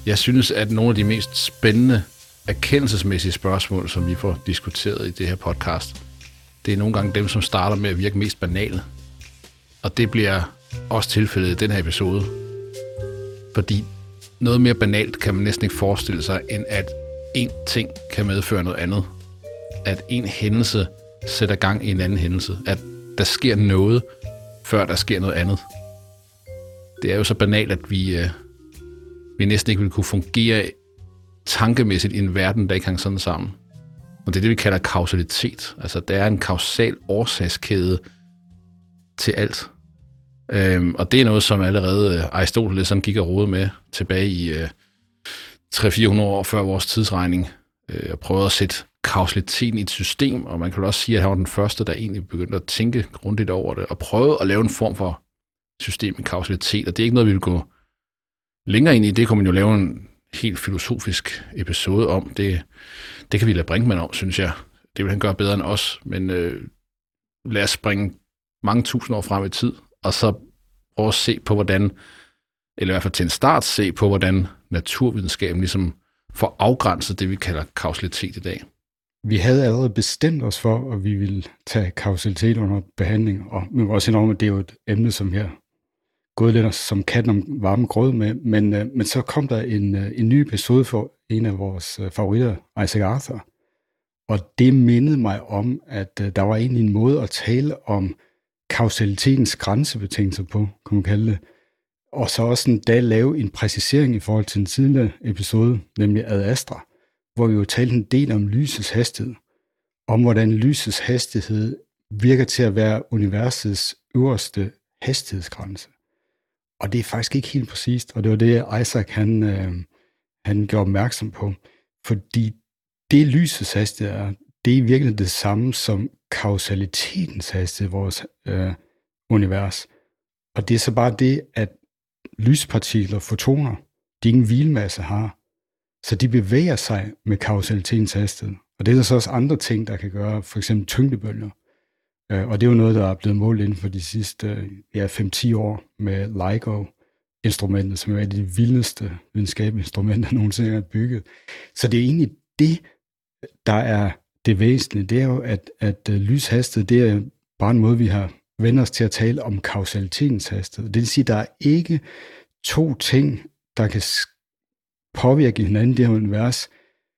Jeg synes, at nogle af de mest spændende erkendelsesmæssige spørgsmål, som vi får diskuteret i det her podcast, det er nogle gange dem, som starter med at virke mest banale. Og det bliver også tilfældet i den her episode. Fordi noget mere banalt kan man næsten ikke forestille sig, end at en ting kan medføre noget andet. At en hændelse sætter gang i en anden hændelse. At der sker noget, før der sker noget andet. Det er jo så banalt, at vi næsten ikke vil kunne fungere tankemæssigt i en verden, der ikke hænger sådan sammen. Og det er det, vi kalder kausalitet. Altså, der er en kausal årsagskæde til alt. Og det er noget, som allerede Aristoteles gik og rodede med tilbage i 300-400 år før vores tidsregning, og prøvede at sætte kausaliteten i et system, og man kan også sige, at han var den første, der egentlig begyndte at tænke grundigt over det, og prøvede at lave en form for system med kausalitet, og det er ikke noget, vi vil gå længere ind i. Det kunne man jo lave en helt filosofisk episode om. Det kan vi lade Brinkmann om, synes jeg. Det vil han gøre bedre end os, men lad os springe mange tusind år frem i tid, og så prøve at se på, hvordan, eller i hvert fald til en start se på, hvordan naturvidenskaben ligesom får afgrænset det, vi kalder kausalitet i dag. Vi havde allerede bestemt os for, at vi ville tage kausalitet under behandling, og vi må også indrømme, at det er jo et emne, som her gået lidt som katten om varme grød med, men så kom der en ny episode for en af vores favoritter, Isaac Arthur, og det mindede mig om, at der var egentlig en måde at tale om kausalitetens grænsebetingelser på, kan man kalde det, og så også en dag lave en præcisering i forhold til den tidligere episode, nemlig Ad Astra, hvor vi jo talte en del om lysets hastighed, om hvordan lysets hastighed virker til at være universets øverste hastighedsgrænse. Og det er faktisk ikke helt præcist, og det var det, Isaac han gjorde opmærksom på, fordi det lysets hastighed er, det er virkelig det samme som kausalitetens hastighed i vores univers. Og det er så bare det, at lyspartikler, fotoner, de ingen hvilmasse har, så de bevæger sig med kausalitetens hastighed. Og det er der så også andre ting, der kan gøre, for eksempel tyngdebølger. Og det er jo noget, der er blevet målt inden for de sidste 5-10 år med LIGO-instrumentet, som er et af de vildeste videnskabelige instrumenter, der nogensinde er bygget. Så det er egentlig det, der er det væsentlige. Det er jo, at lyshastighed, det er bare en måde, vi har vendt os til at tale om kausalitetens hastighed. Det vil sige, at der er ikke to ting, der kan påvirke hinanden i det her univers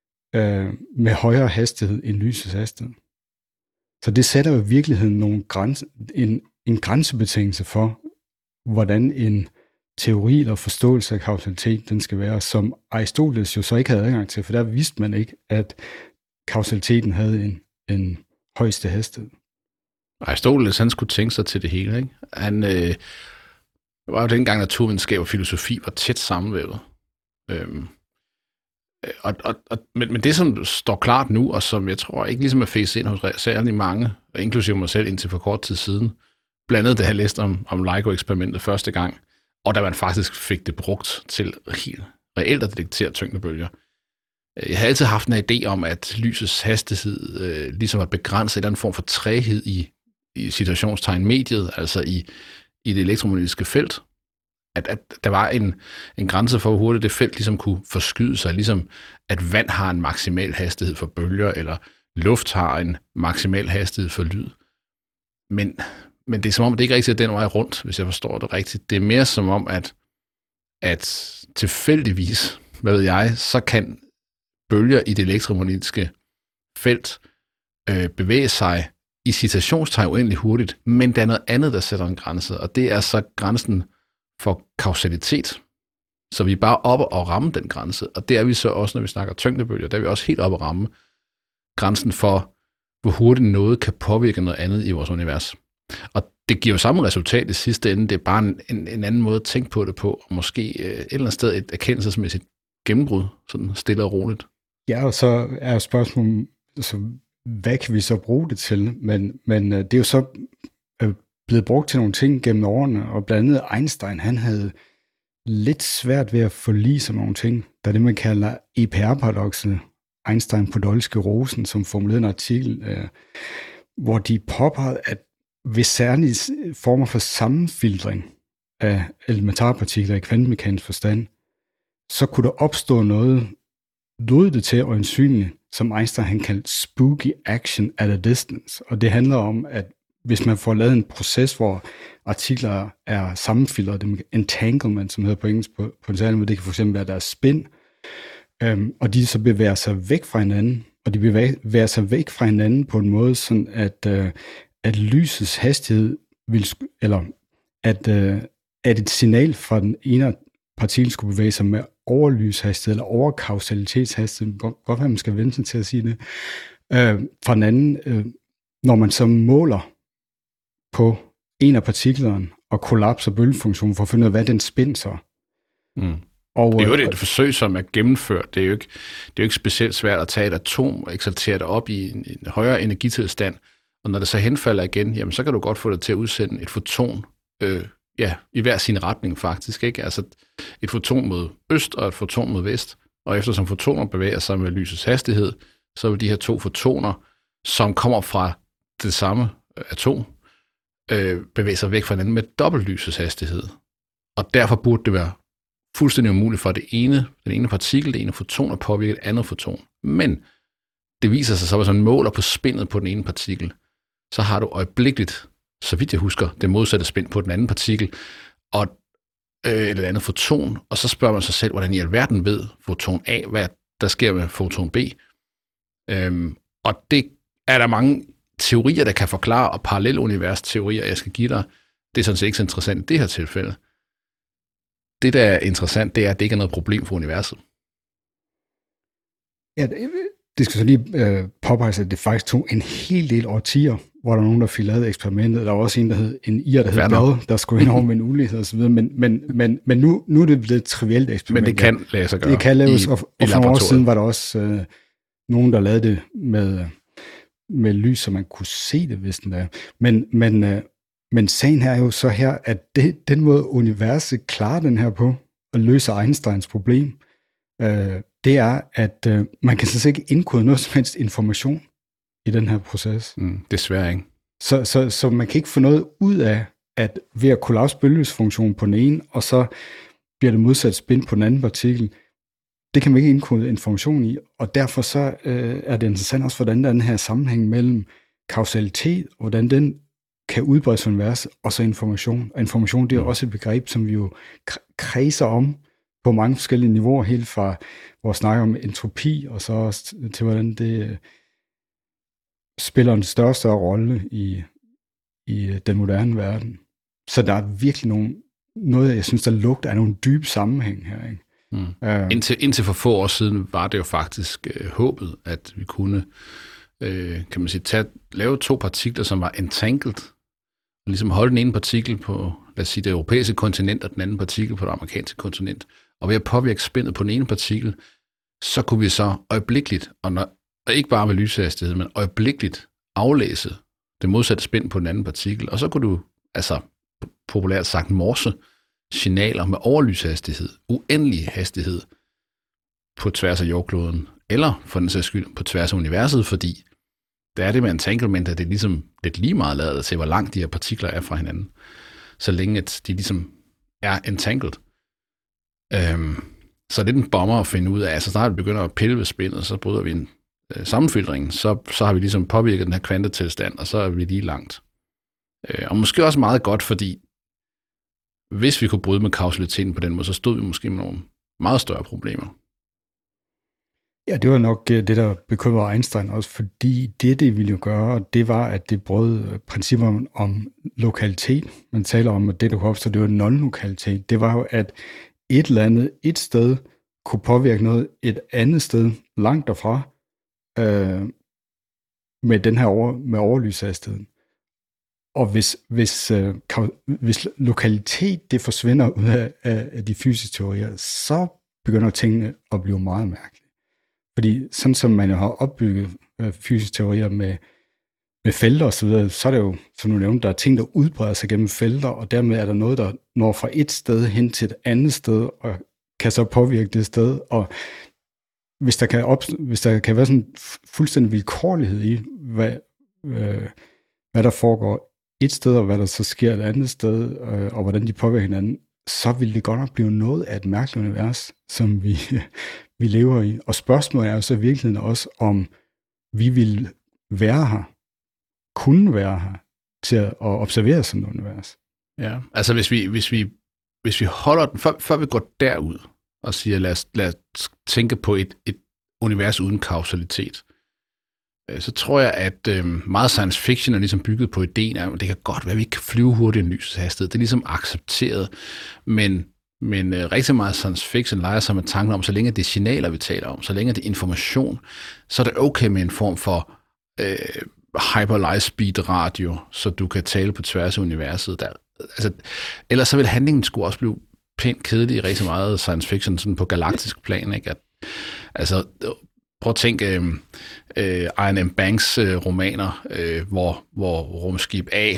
med højere hastighed end lysets hastighed. Så det sætter jo i virkeligheden en grænsebetingelse for, hvordan en teori eller forståelse af kausalitet den skal være, som Aristoteles jo så ikke havde adgang til, for der vidste man ikke, at kausaliteten havde en højeste hastighed. Aristoteles, han skulle tænke sig til det hele, ikke? Han var jo dengang, naturvidenskab og filosofi var tæt sammenvævet. Men det, som står klart nu, og som jeg tror ikke ligesom er facet ind hos særlig mange, inklusive mig selv indtil for kort tid siden, blandt andet da jeg læste om LIGO-eksperimentet første gang, og da man faktisk fik det brugt til helt reelt at detektere tyngdebølger. Jeg har altid haft en idé om, at lysets hastighed ligesom er begrænset i en form for træghed i situationstegn mediet, altså i det elektromagnetiske felt. At der var en grænse for, hvor hurtigt det felt ligesom kunne forskyde sig, ligesom at vand har en maksimal hastighed for bølger, eller luft har en maksimal hastighed for lyd. Men det er som om, det ikke rigtig er den vej rundt, hvis jeg forstår det rigtigt. Det er mere som om, at tilfældigvis, hvad ved jeg, så kan bølger i det elektromagnetiske felt bevæge sig i citationstegn uendelig hurtigt, men der er noget andet, der sætter en grænse, og det er så grænsen for kausalitet. Så vi er bare oppe og ramme den grænse, og det er vi så også, når vi snakker tyngdebølger, der er vi også helt oppe at ramme grænsen for, hvor hurtigt noget kan påvirke noget andet i vores univers. Og det giver jo samme resultat i sidste ende, det er bare en anden måde at tænke på det på, og måske et eller andet sted et erkendelsesmæssigt gennembrud, sådan stille og roligt. Ja, og så er spørgsmålet, altså, hvad kan vi så bruge det til? Men det er jo så blevet brugt til nogle ting gennem årene, og blandt andet Einstein, han havde lidt svært ved at forlige sig nogle ting. Der er det, man kalder EPR-paradokset, Einstein-Podolsky-Rosen, som formulerede en artikel, hvor de påpegede, at ved særlige former for sammenfiltring af elementarpartikler i kvantemekanisk forstand, så kunne der opstå noget, lød det til øjensynligt, som Einstein han kaldte spooky action at a distance. Og det handler om, at hvis man får lavet en proces, hvor artikler er sammenfiltret, det entanglement, som hedder på engelsk på en særlig måde, det kan fx være deres spin, og de så bevæger sig væk fra hinanden, og de bevæger sig væk fra hinanden på en måde, sådan at lysets hastighed eller at et signal fra den ene partikel skulle bevæge sig med overlyshastighed eller overkausalitetshastighed, godt være, man skal vente sig til at sige det, fra den anden, når man så måler på en af partiklerne og kollapser bølgefunktionen for at finde ud af, hvad den spin så. Mm. Og, det er jo et forsøg, som er gennemført. Det er jo ikke specielt svært at tage et atom og eksaltere det op i en højere energitilstand, og når det så henfalder igen, jamen, så kan du godt få det til at udsende et foton, i hver sin retning faktisk, ikke? Altså et foton mod øst og et foton mod vest, og eftersom fotoner bevæger sig med lysets hastighed, så vil de her to fotoner, som kommer fra det samme atom, bevæge sig væk fra hinanden med dobbelt lysets hastighed. Og derfor burde det være fuldstændig umuligt for den ene partikel, det ene foton, at påvirke et andet foton. Men det viser sig så, hvis man måler på spindet på den ene partikel, så har du øjeblikkeligt, så vidt jeg husker, det modsatte spin på den anden partikel, og et andet foton, og så spørger man sig selv, hvordan i alverden ved foton A, hvad der sker med foton B. Og det er der mange teorier, der kan forklare, og paralleluniversteorier, jeg skal give dig, det er sådan set ikke så interessant i det her tilfælde. Det, der er interessant, det er, at det ikke er noget problem for universet. Ja, det skal så lige påpeges, at det faktisk tog en hel del årtier, hvor der var nogen, der fik lavet eksperimentet. Der var også en, der hed Bell, der skulle ind over med en ulighed og så videre. Men nu er det blevet et trivielt eksperiment. Men det kan lade sig gøre. Det kan laves, og for nogle år siden var der også nogen, der lavede det med lys, så man kunne se det, hvis den er. Men sagen her er jo så her, at den måde universet klarer den her på, og løser Einsteins problem, det er, at man kan sådan ikke indkode noget som helst information i den her proces. Desværre ikke. Så man kan ikke få noget ud af, at ved at kollapse bølgefunktionen på den ene, og så bliver det modsat spin på den anden partikel, det kan man ikke indkode information i, og derfor så er det interessant også, hvordan der er den her sammenhæng mellem kausalitet, og hvordan den kan udbredes i universet, og så information. Og information, det er også et begreb, som vi jo kredser om på mange forskellige niveauer, helt fra vores snak om entropi, og så også til, hvordan det spiller en større og større rolle i den moderne verden. Så der er virkelig noget, jeg synes, der lugter af nogle dybe sammenhæng her, ikke? Indtil for få år siden var det jo faktisk håbet, at vi kunne kan man sige, lave to partikler, som var entangled, og ligesom holde den ene partikel på, lad os sige, det europæiske kontinent, og den anden partikel på det amerikanske kontinent. Og ved at påvirke spændet på den ene partikel, så kunne vi så øjeblikkeligt, og ikke bare med lyshastighed, men øjeblikkeligt aflæse det modsatte spænd på den anden partikel. Og så kunne du, altså populært sagt, morse signaler med overlyshastighed, uendelig hastighed, på tværs af jordkloden, eller for den sags skyld på tværs af universet, fordi der er det med entanglement, at det er ligesom lidt lige meget lavet til, hvor langt de her partikler er fra hinanden, så længe at de ligesom er entangled. Så det er en bomber at finde ud af, altså snart vi begynder at pille ved spændet, så bryder vi en sammenfiltring, så har vi ligesom påvirket den her kvantetilstand, og så er vi lige langt. Og måske også meget godt, fordi hvis vi kunne bryde med kausaliteten på den måde, så stod vi måske med nogle meget større problemer. Ja, det var nok det, der bekymrede Einstein også, fordi det ville jo gøre, det var, at det brød principper om lokalitet. Man taler om, at det, der kunne opstå, det var non-lokalitet. Det var jo, at et eller andet et sted kunne påvirke noget et andet sted langt derfra med den her med overlyshastigheden. Og hvis lokalitet det forsvinder ud af de fysiske teorier, så begynder tingene at blive meget mærkelige. Fordi sådan som man jo har opbygget fysiske teorier med felter og så videre, så er det jo, som du nævnte, der er ting, der udbreder sig gennem felter, og dermed er der noget, der når fra et sted hen til et andet sted, og kan så påvirke det sted. Og hvis der kan være sådan en fuldstændig vilkårlighed i, hvad der foregår et sted, og hvad der så sker et andet sted, og hvordan de påvirker hinanden, så ville det godt nok blive noget af et mærkeligt univers, som vi lever i. Og spørgsmålet er jo så i virkeligheden også, om vi vil være her, kunne være her, til at observere sådan et univers. Ja, altså hvis vi holder den, før vi går derud og siger, lad os tænke på et univers uden kausalitet, så tror jeg, at meget science fiction er ligesom bygget på ideen af, at det kan godt være, at vi ikke kan flyve hurtigt i lysets hastighed. Det er ligesom accepteret, men rigtig meget science fiction leger sig med tanken om, så længe det er signaler, vi taler om, så længe det er information, så er det okay med en form for hyper-light-speed radio, så du kan tale på tværs af universet. Ellers så vil handlingen skulle også blive pænt kedelig i rigtig meget science fiction, sådan på galaktisk plan, ikke? Prøv at tænke Ian M. Banks romaner, hvor rumskib A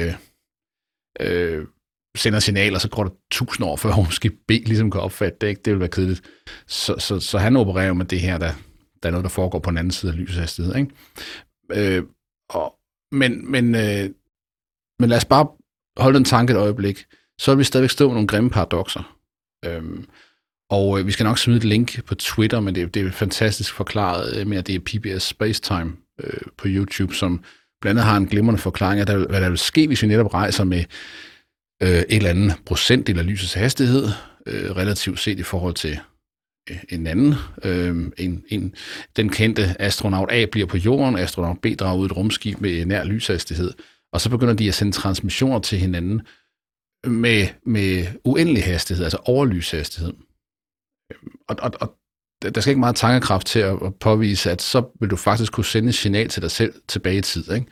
sender signaler, så går der 1000 år, før rumskib B ligesom kan opfatte det, ikke? Det vil være kedeligt. Så han opererer med det her, der er noget, der foregår på den anden side af lysets hastighed, ikke? Men lad os bare holde den tanke et øjeblik. Så vil vi stadigvæk stå med nogle grimme paradokser. Og vi skal nok smide et link på Twitter, men det er fantastisk forklaret med, at det er PBS Spacetime på YouTube, som blandt andet har en glimrende forklaring af, hvad der vil ske, hvis vi netop rejser med et eller andet procentdel af lysets hastighed, relativt set i forhold til en anden. Den kendte astronaut A bliver på jorden, astronaut B drager ud et rumskib med nær lyshastighed, og så begynder de at sende transmissioner til hinanden med uendelig hastighed, altså over lyshastighed. Og der skal ikke meget tankekraft til at påvise, at så vil du faktisk kunne sende et signal til dig selv tilbage i tid, ikke?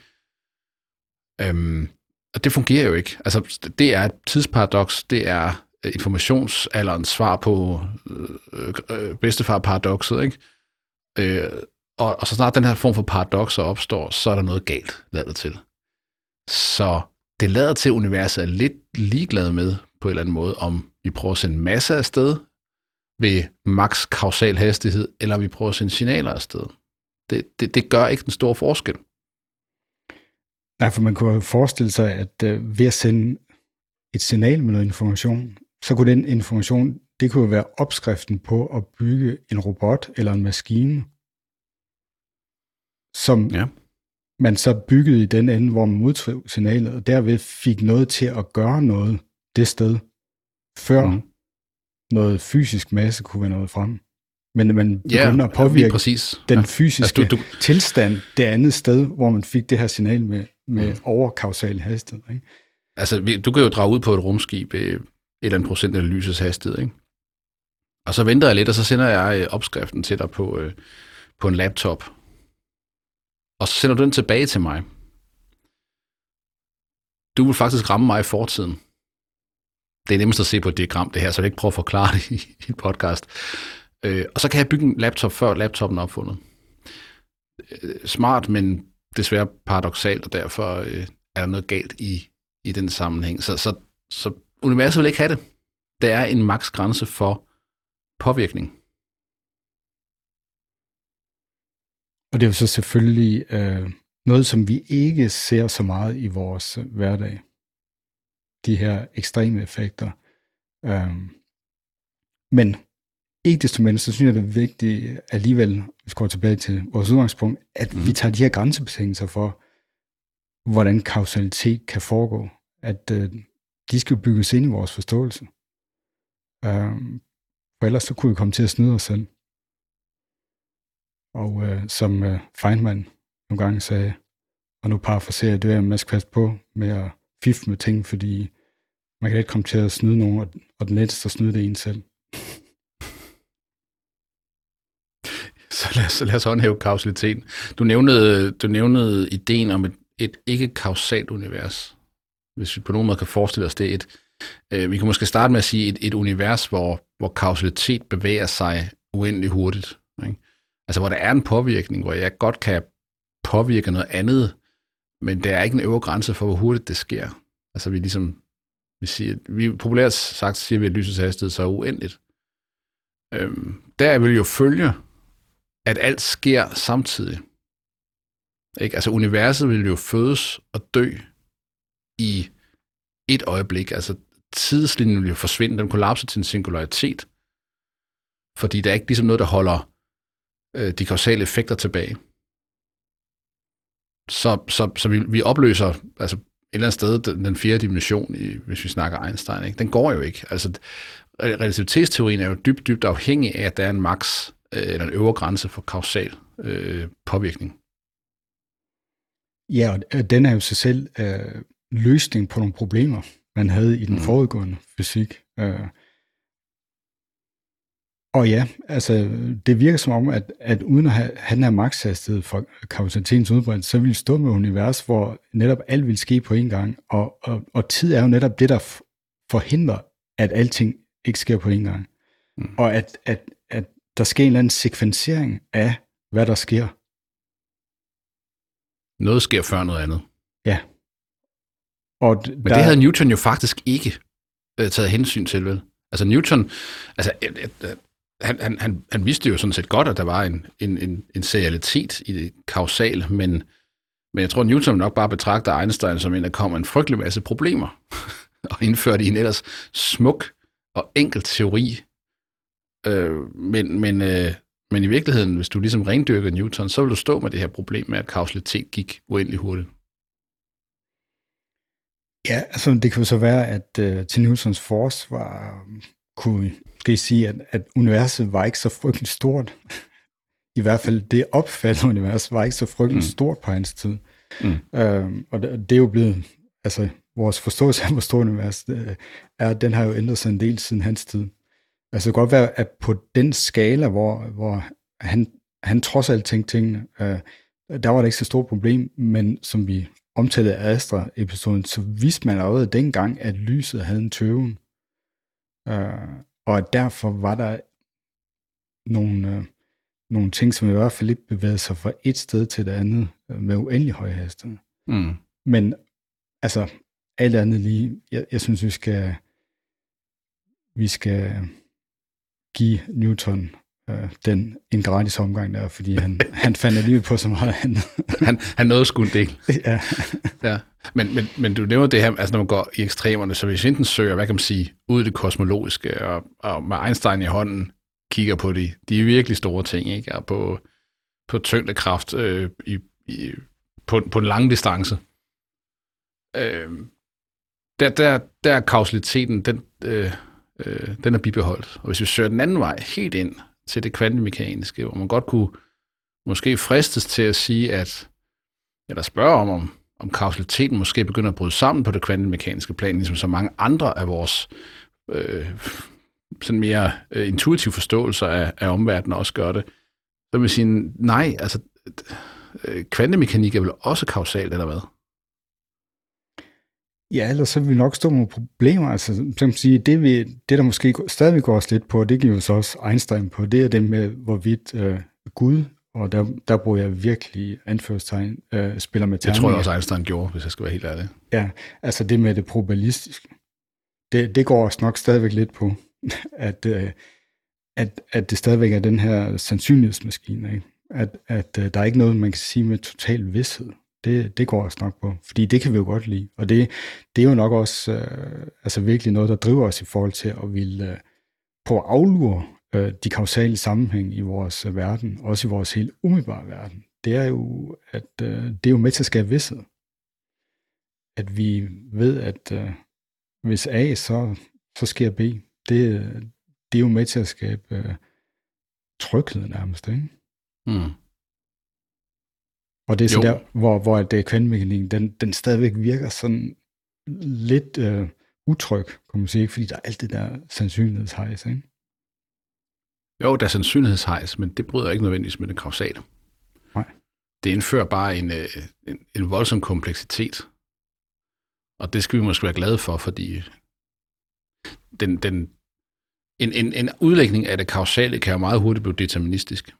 Og det fungerer jo ikke. Altså, det er et tidsparadoks, det er informationsalderens svar på bedstefar-paradokset, ikke? Og så snart den her form for paradokser opstår, så er der noget galt, lader til. Så det lader til, at universet er lidt ligeglad med, på en eller anden måde, om vi prøver at sende masser af sted ved max kausal hastighed, eller vi prøver at sende signaler afsted. Det gør ikke den store forskel. Nej, for man kunne forestille sig, at ved at sende et signal med noget information, så kunne den information, det kunne være opskriften på at bygge en robot eller en maskine, som man så byggede i den ende, hvor man modtog signalet, og derved fik noget til at gøre noget det sted, før noget fysisk masse kunne være noget frem. Men man begynder at påvirke den fysiske tilstand det andet sted, hvor man fik det her signal med overkausal hastighed. Ikke? Altså, du kan jo drage ud på et rumskib et eller andet procent af lysets hastighed, ikke? Og så venter jeg lidt, og så sender jeg opskriften til dig på en laptop. Og så sender du den tilbage til mig. Du vil faktisk ramme mig i fortiden. Det er nemmest at se på et diagram, det her, så jeg ikke prøver at forklare det i et podcast. Og så kan jeg bygge en laptop, før laptoppen er opfundet. Smart, men desværre paradoksalt, og derfor er der noget galt i den sammenhæng. Så universet vil ikke have det. Der er en maks grænse for påvirkning. Og det er jo så selvfølgelig noget, som vi ikke ser så meget i vores hverdag. De her ekstreme effekter. Men ikke desto mindre, så synes jeg, det er vigtigt alligevel, hvis vi går tilbage til vores udgangspunkt, at vi tager de her grænsebetingelser for, hvordan kausalitet kan foregå. At de skal bygges ind i vores forståelse. For ellers så kunne vi komme til at snyde os selv. Og som Feynman nogle gange sagde, og nu parafraserer jeg, det er, at man skal passe på med at fifle med ting, fordi man kan ikke komme til at snyde nogen, og den letteste at snyde det en selv. Så lad os håndhæve kausaliteten. Du nævnede ideen om et ikke-kausalt univers. Hvis vi på nogen måde kan forestille os det. Vi kan måske starte med at sige et univers, hvor kausalitet bevæger sig uendelig hurtigt. Ikke? Altså hvor der er en påvirkning, hvor jeg godt kan påvirke noget andet, men der er ikke en øvre grænse for, hvor hurtigt det sker. Altså vi populært sagt siger vi, at lysets hastighed så er uendeligt. Der vil jo følge, at alt sker samtidig. Ikke? Altså universet vil jo fødes og dø i et øjeblik. Altså tidslinjen vil forsvinde, den kollapser til en singularitet, fordi der er ikke ligesom noget, der holder de kausale effekter tilbage. Så vi opløser altså et eller andet sted den fjerde dimension, hvis vi snakker Einstein. Ikke? Den går jo ikke. Altså, relativitetsteorien er jo dybt afhængig af, at der er en max eller en øvre grænse for kausal påvirkning. Ja, og den er jo sig selv løsning på nogle problemer, man havde i den forudgående fysik. Og ja, altså det virker som om, at uden at have den her makshastighed for kausalitetens udbredelse, så vil vi stå med et univers, hvor netop alt vil ske på en gang, og tid er jo netop det, der forhindrer, at alting ikke sker på en gang. Og at der sker en eller anden sekvensering af, hvad der sker. Noget sker før noget andet. Ja. Men det havde Newton jo faktisk ikke taget hensyn til, vel? Altså Newton, altså han vidste jo sådan set godt, at der var en serialitet i det kausale, men jeg tror, Newton nok bare betragter Einstein som en, der kom en frygtelig masse problemer, og indførte i en ellers smuk og enkel teori. Men i virkeligheden, hvis du ligesom rendyrker Newton, så vil du stå med det her problem med, at kausalitet gik uendelig hurtigt. Ja, altså det kan jo så være, at til Newtons forsvar kunne vi sige, at universet var ikke så frygteligt stort. I hvert fald det opfattede univers var ikke så frygteligt stort på hans tid. Og det er jo blevet, altså vores forståelse af, hvor stort univers den har jo ændret sig en del siden hans tid. Altså det kan godt være, at på den skala, hvor han trods alt tænkte tingene, der var det ikke så stort problem, men som vi omtalte af Astra-episoden, så vidste man allerede dengang, at lyset havde en tøven. Og derfor var der nogle ting, som i hvert fald ikke bevægede sig fra et sted til det andet med uendelig høj hastighed. Men altså, alt andet lige, jeg synes, vi skal give Newton en gratis omgang der, fordi han fandt alligevel på så meget andet. han nåede sgu en del. Ja. Ja. Men du nævner det her, altså når man går i ekstremerne, så hvis vi enten søger, hvad kan man sige, ud i det kosmologiske, og med Einstein i hånden, kigger på de virkelig store ting, ikke? Og på tyngdekraft på en lang distance. Der er kausaliteten, den er bibeholdt. Og hvis vi søger den anden vej, helt ind til det kvantemekaniske, hvor man godt kunne måske fristes til at sige, eller spørge om kausaliteten måske begynder at bryde sammen på det kvantemekaniske plan, ligesom så mange andre af vores sådan mere intuitive forståelser af omverdenen også gør det. Så vil jeg sige, nej, altså kvantemekanik er vel også kausalt, eller hvad? Ja, ellers så vil vi nok stå med problemer. Altså, som man sige, det der måske stadig går os lidt på, det giver jo så også Einstein på, det er det med, hvorvidt Gud, og der bruger jeg virkelig anførselstegn, spiller med terninger. Det tror jeg også Einstein gjorde, hvis jeg skal være helt ærlig. Ja, altså det med det probabilistiske. Det går os nok stadigvæk lidt på, at det stadigvæk er den her sandsynlighedsmaskine, ikke? At der er ikke noget, man kan sige med total vished. Det går os nok på, fordi det kan vi jo godt lide. Og det er jo nok også altså virkelig noget, der driver os i forhold til at ville på at aflure de kausale sammenhæng i vores verden, også i vores helt umiddelbare verden. Det er jo, at det er jo med til at skabe vished. At vi ved, at hvis A, så sker B. Det er jo med til at skabe tryghed nærmest, ikke? Og det er så der, hvor det kvantemekanikken, den stadigvæk virker sådan lidt utryg, kan man sige, fordi der er alt det der sandsynlighedshejs, ikke? Jo, der er sandsynlighedshejs, men det bryder ikke nødvendigvis med det kausale. Nej. Det indfører bare en voldsom kompleksitet. Og det skal vi måske være glade for, fordi en udlægning af det kausale kan jo meget hurtigt blive deterministisk.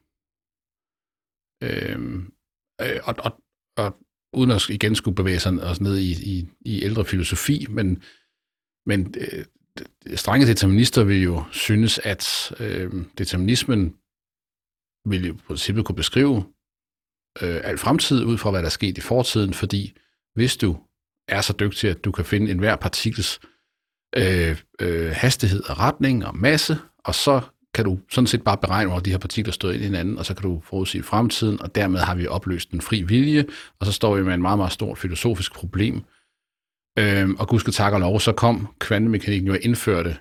Og uden at igen skulle bevæge sig os ned i ældre filosofi, men strenge determinister vil jo synes, at determinismen vil jo på princippet kunne beskrive al fremtid ud fra, hvad der er sket i fortiden, fordi hvis du er så dygtig, at du kan finde enhver partikels hastighed og retning og masse, og så kan du sådan set bare beregne, hvor de her partikler står ind i hinanden, og så kan du forudsige fremtiden, og dermed har vi opløst den fri vilje, og så står vi med en meget, meget stort filosofisk problem. Og gudske tak og lov, så kom kvantemekanikken jo og indførte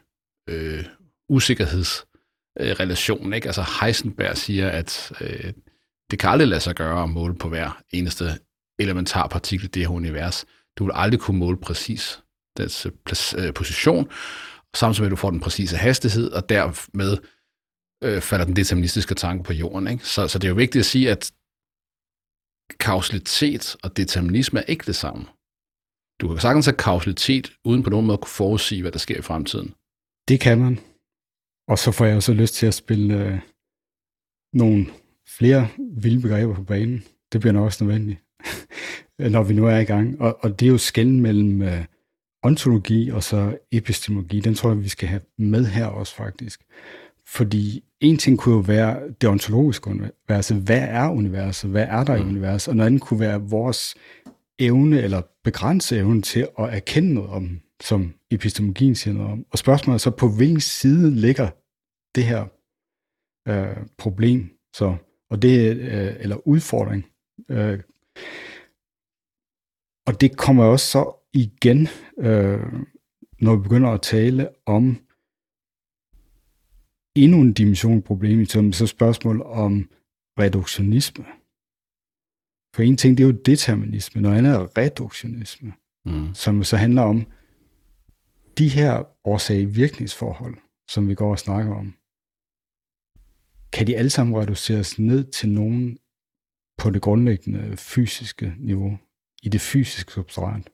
usikkerhedsrelationen. Ikke? Altså Heisenberg siger, at det kan aldrig lade sig gøre at måle på hver eneste elementar partikel i det her univers. Du vil aldrig kunne måle præcis dets position, samtidig med, at du får den præcise hastighed, og dermed falder den deterministiske tanke på jorden. Ikke? Så det er jo vigtigt at sige, at kausalitet og determinisme er ikke det samme. Du kan sagtens have kausalitet, uden på nogen måde at kunne forudsige, hvad der sker i fremtiden. Det kan man. Og så får jeg også lyst til at spille nogle flere vilde begreber på banen. Det bliver nok også nødvendigt, når vi nu er i gang. Og det er jo skelnen mellem ontologi og så epistemologi. Den tror jeg, vi skal have med her også faktisk. Fordi en ting kunne jo være det ontologiske univers. Hvad er universet? Hvad er der i universet? Og noget andet kunne være vores evne eller begrænset evne til at erkende noget om, som epistemologien siger noget om. Og spørgsmålet er så, på hvilken side ligger det her problem, så, og det eller udfordring. Og det kommer også så igen, når vi begynder at tale om endnu en dimension problem, som så spørgsmål om reduktionisme. For en ting, det er jo determinisme, noget andet er reduktionisme, som så handler om de her årsag-virkningsforhold, som vi går og snakker om. Kan de alle sammen reduceres ned til nogen på det grundlæggende fysiske niveau, i det fysiske substrat?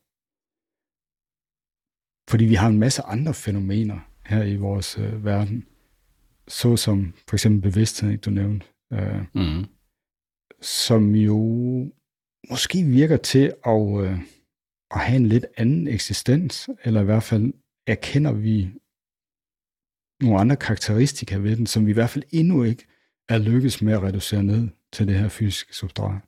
Fordi vi har en masse andre fænomener her i vores verden, såsom for eksempel bevidsthed, du nævnte, som jo måske virker til at have en lidt anden eksistens, eller i hvert fald erkender vi nogle andre karakteristika ved den, som vi i hvert fald endnu ikke er lykkes med at reducere ned til det her fysiske substrat.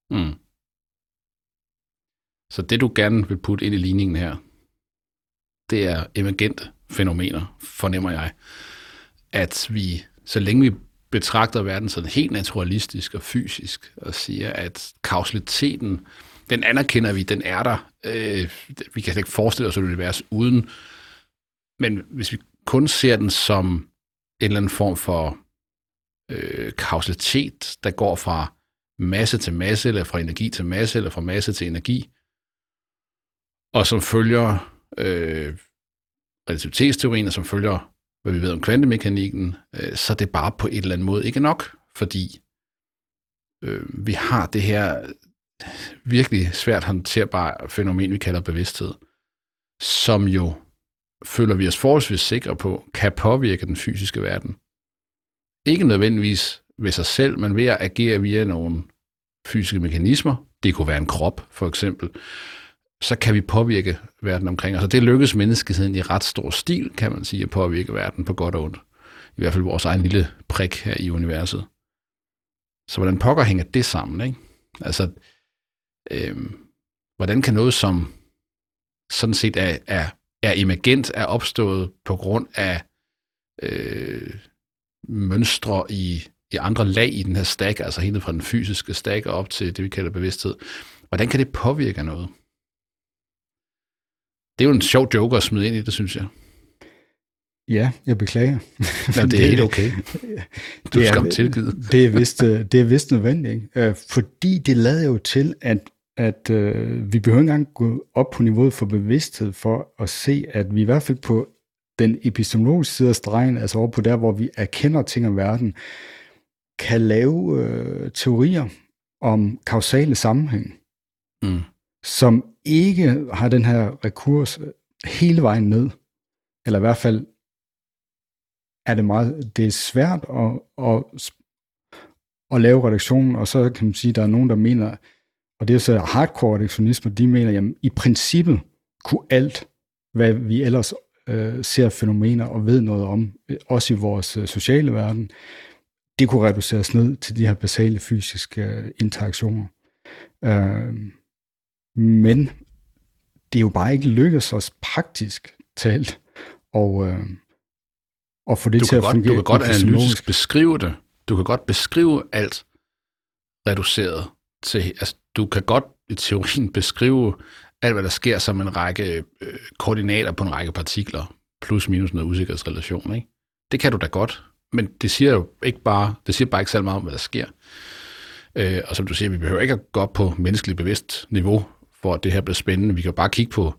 Så det du gerne vil putte ind i ligningen her, det er emergente fænomener, fornemmer jeg. At vi, så længe vi betragter verden sådan helt naturalistisk og fysisk, og siger, at kausaliteten, den anerkender vi, den er der. Vi kan slet ikke forestille os et univers uden. Men hvis vi kun ser den som en eller anden form for kausalitet, der går fra masse til masse, eller fra energi til masse, eller fra masse til energi, og som følger relativitetsteorien, og som følger, hvad vi ved om kvantemekanikken, så er det bare på et eller andet måde ikke nok, fordi vi har det her virkelig svært håndterbare fænomen, vi kalder bevidsthed, som jo, føler vi os forholdsvis sikre på, kan påvirke den fysiske verden. Ikke nødvendigvis ved sig selv, men ved at agere via nogle fysiske mekanismer. Det kunne være en krop, for eksempel. Så kan vi påvirke verden omkring os. Og det lykkes menneskeheden i ret stor stil, kan man sige, at påvirke verden på godt og ondt. I hvert fald vores egen lille prik her i universet. Så hvordan pokker hænger det sammen, ikke? Altså, hvordan kan noget, som sådan set er emergent, er opstået på grund af mønstre i andre lag i den her stack, altså helt fra den fysiske stack og op til det, vi kalder bevidsthed. Hvordan kan det påvirke noget? Det er jo en sjov joke at smide ind i det, synes jeg. Ja, jeg beklager. Ja, det er helt okay. Du skal skam tilgivet. Det er vist nødvendigt, ikke? Fordi det lader jo til, at vi behøver ikke engang gå op på niveauet for bevidsthed for at se, at vi i hvert fald på den epistemologiske side af stregen, altså over på der, hvor vi erkender ting om verden, kan lave teorier om kausale sammenhæng, som ikke har den her rekurs hele vejen ned, eller i hvert fald er det er svært at lave reduktionen, og så kan man sige, at der er nogen, der mener, og det er så hardcore reduktionisme, de mener, jamen i princippet kunne alt, hvad vi ellers ser fænomener og ved noget om, også i vores sociale verden, det kunne reduceres ned til de her basale fysiske interaktioner. Men det er jo bare ikke lykkedes os praktisk talt og få det til at fungere. Du kan godt analytisk beskrive det. Du kan godt beskrive alt reduceret til, altså du kan godt i teorien beskrive alt, hvad der sker som en række koordinater på en række partikler, plus minus noget usikkerhedsrelation, ikke? Det kan du da godt, men det siger jo ikke bare, det siger bare ikke særlig meget om, hvad der sker. Og som du siger, vi behøver ikke at gå op på menneskeligt bevidst niveau, for at det her bliver spændende. Vi kan bare kigge på,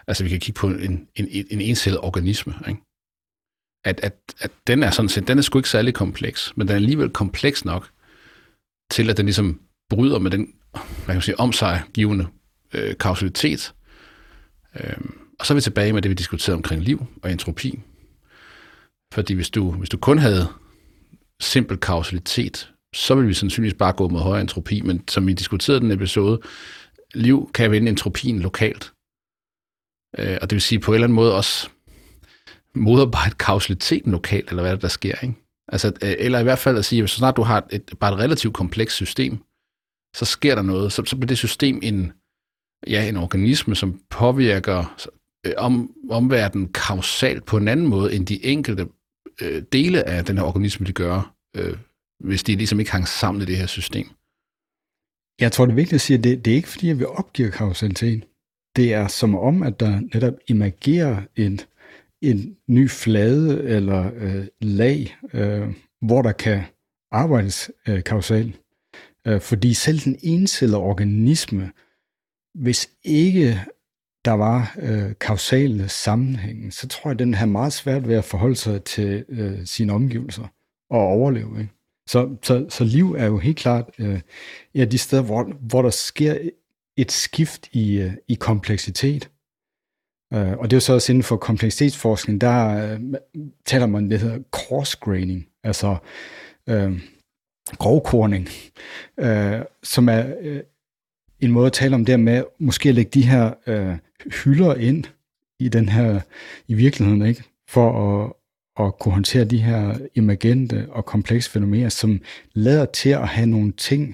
en encellet organisme, ikke? At den er sådan set, den er sgu ikke særlig kompleks, men den er alligevel kompleks nok til, at den ligesom bryder med den, man kan sige, om sig givende kausalitet. Og så er vi tilbage med det, vi diskuterede omkring liv og entropi. Fordi hvis du kun havde simpel kausalitet, så ville vi sandsynligvis bare gå mod højere entropi, men som vi diskuterede den episode, liv kan vende entropien lokalt. Og det vil sige på en eller anden måde også modarbejde kausaliteten lokalt, eller hvad der sker, ikke? Altså, eller i hvert fald at sige, at så snart du har bare et relativt komplekst system, så sker der noget, så bliver det system en organisme, som påvirker omverdenen kausalt på en anden måde, end de enkelte dele af den her organisme, de gør, hvis de ligesom ikke hang sammen i det her system. Jeg tror, det er vigtigt at sige, at det er ikke fordi, at vi opgiver kausalitet. Det er som om, at der netop emergerer en ny flade eller lag, hvor der kan arbejdes kausalt. Fordi selv den encellede organisme, hvis ikke der var kausale sammenhænge, så tror jeg, den har meget svært ved at forholde sig til sine omgivelser og overleve. Ikke? Så liv er jo helt klart de steder, hvor der sker et skift i kompleksitet. Og det er jo så også inden for kompleksitetsforskning, der taler man det hedder cross-graining, altså grovkorning, som er en måde at tale om det med måske at lægge de her hylder ind i virkeligheden, ikke? For at kunne håndtere de her emergente og komplekse fænomener, som lader til at have nogle ting,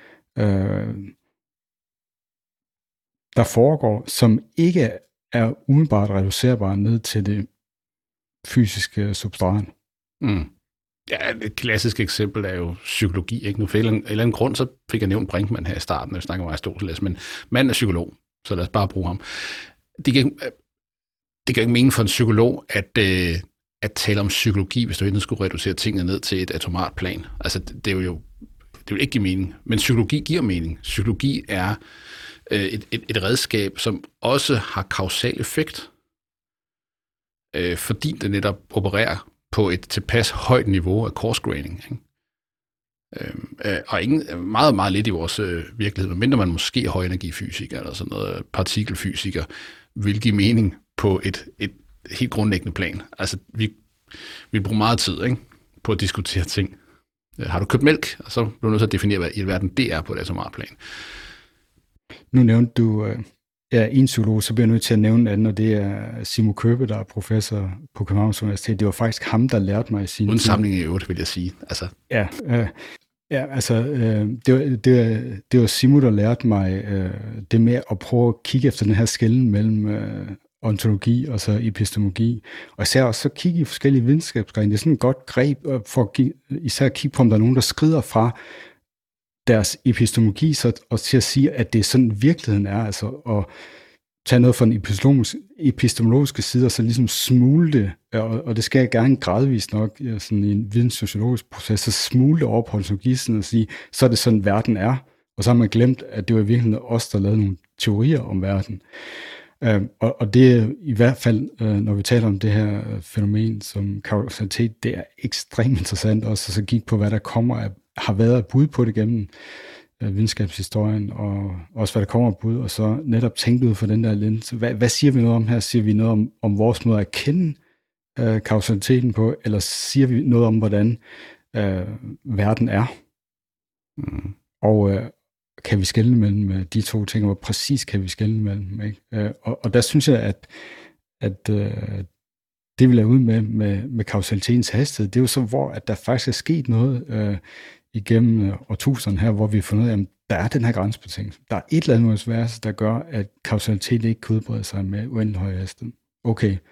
der foregår, som ikke er umiddelbart reducerbare ned til det fysiske substrat. Mm. Ja, et klassisk eksempel er jo psykologi, ikke? Nu for en eller anden grund, så fik jeg nævnt Brinkmann her i starten, når vi snakker om Aristoteles, men manden er psykolog, så lad os bare bruge ham. Det kan ikke mene for en psykolog, at tale om psykologi, hvis du ikke skulle reducere tingene ned til et atomart plan. Altså, det vil ikke give mening, men psykologi giver mening. Psykologi er et redskab, som også har kausal effekt, fordi det netop opererer på et tilpas højt niveau af coarse-graining. Og meget, meget lidt i vores virkelighed, medmindre man måske er højenergifysiker eller sådan noget partikelfysiker, vil give mening på et helt grundlæggende plan. Altså, vi bruger meget tid, ikke, på at diskutere ting. Har du købt mælk? Og så bliver du nødt til at definere, hvad i alverden det er på et atomart plan. Nu nævnte du en psykolog, så bliver jeg nødt til at nævne en anden, og det er Simon Købe, der er professor på Københavns Universitet. Det var faktisk ham, der lærte mig sin... Uden sammenligning i øvrigt, vil jeg sige. Altså. Det var Simon, der lærte mig det med at prøve at kigge efter den her skelnen mellem ontologi og så epistemologi. Og især også så kigge i forskellige videnskabsgrene. Det er sådan et godt greb for især at kigge på, om der er nogen, der skrider fra deres epistemologi, og til at sige, at det er sådan virkeligheden er, altså at tage noget fra den epistemologiske side, og så ligesom smule det, og det skal jeg gerne gradvist nok, sådan i en videnssociologisk proces, så smule det over på ontologien og sige, så er det sådan, verden er, og så har man glemt, at det var i virkeligheden os, der lavede nogle teorier om verden. Og det er i hvert fald, når vi taler om det her fænomen som kausalitet, det er ekstremt interessant også at så kigge på, hvad der kommer har været af bud på det gennem videnskabshistorien, og også hvad der kommer af bud, og så netop tænke ud fra den der lens. Hvad siger vi noget om her? Siger vi noget om vores måde at kende kausaliteten på, eller siger vi noget om, hvordan verden er? Mm. Og kan vi skelne mellem de to ting, og hvor præcis kan vi skelne mellem dem? Ikke? Og der synes jeg, at det vi laver ud med kausalitetens hastighed, det er jo så, hvor at der faktisk er sket noget igennem årtusinderne her, hvor vi har fundet ud af, at der er den her grænsebetingelse. Der er et eller andet universum, der gør, at kausalitet ikke kan udbrede sig med uendelig høj hastighed. Okay,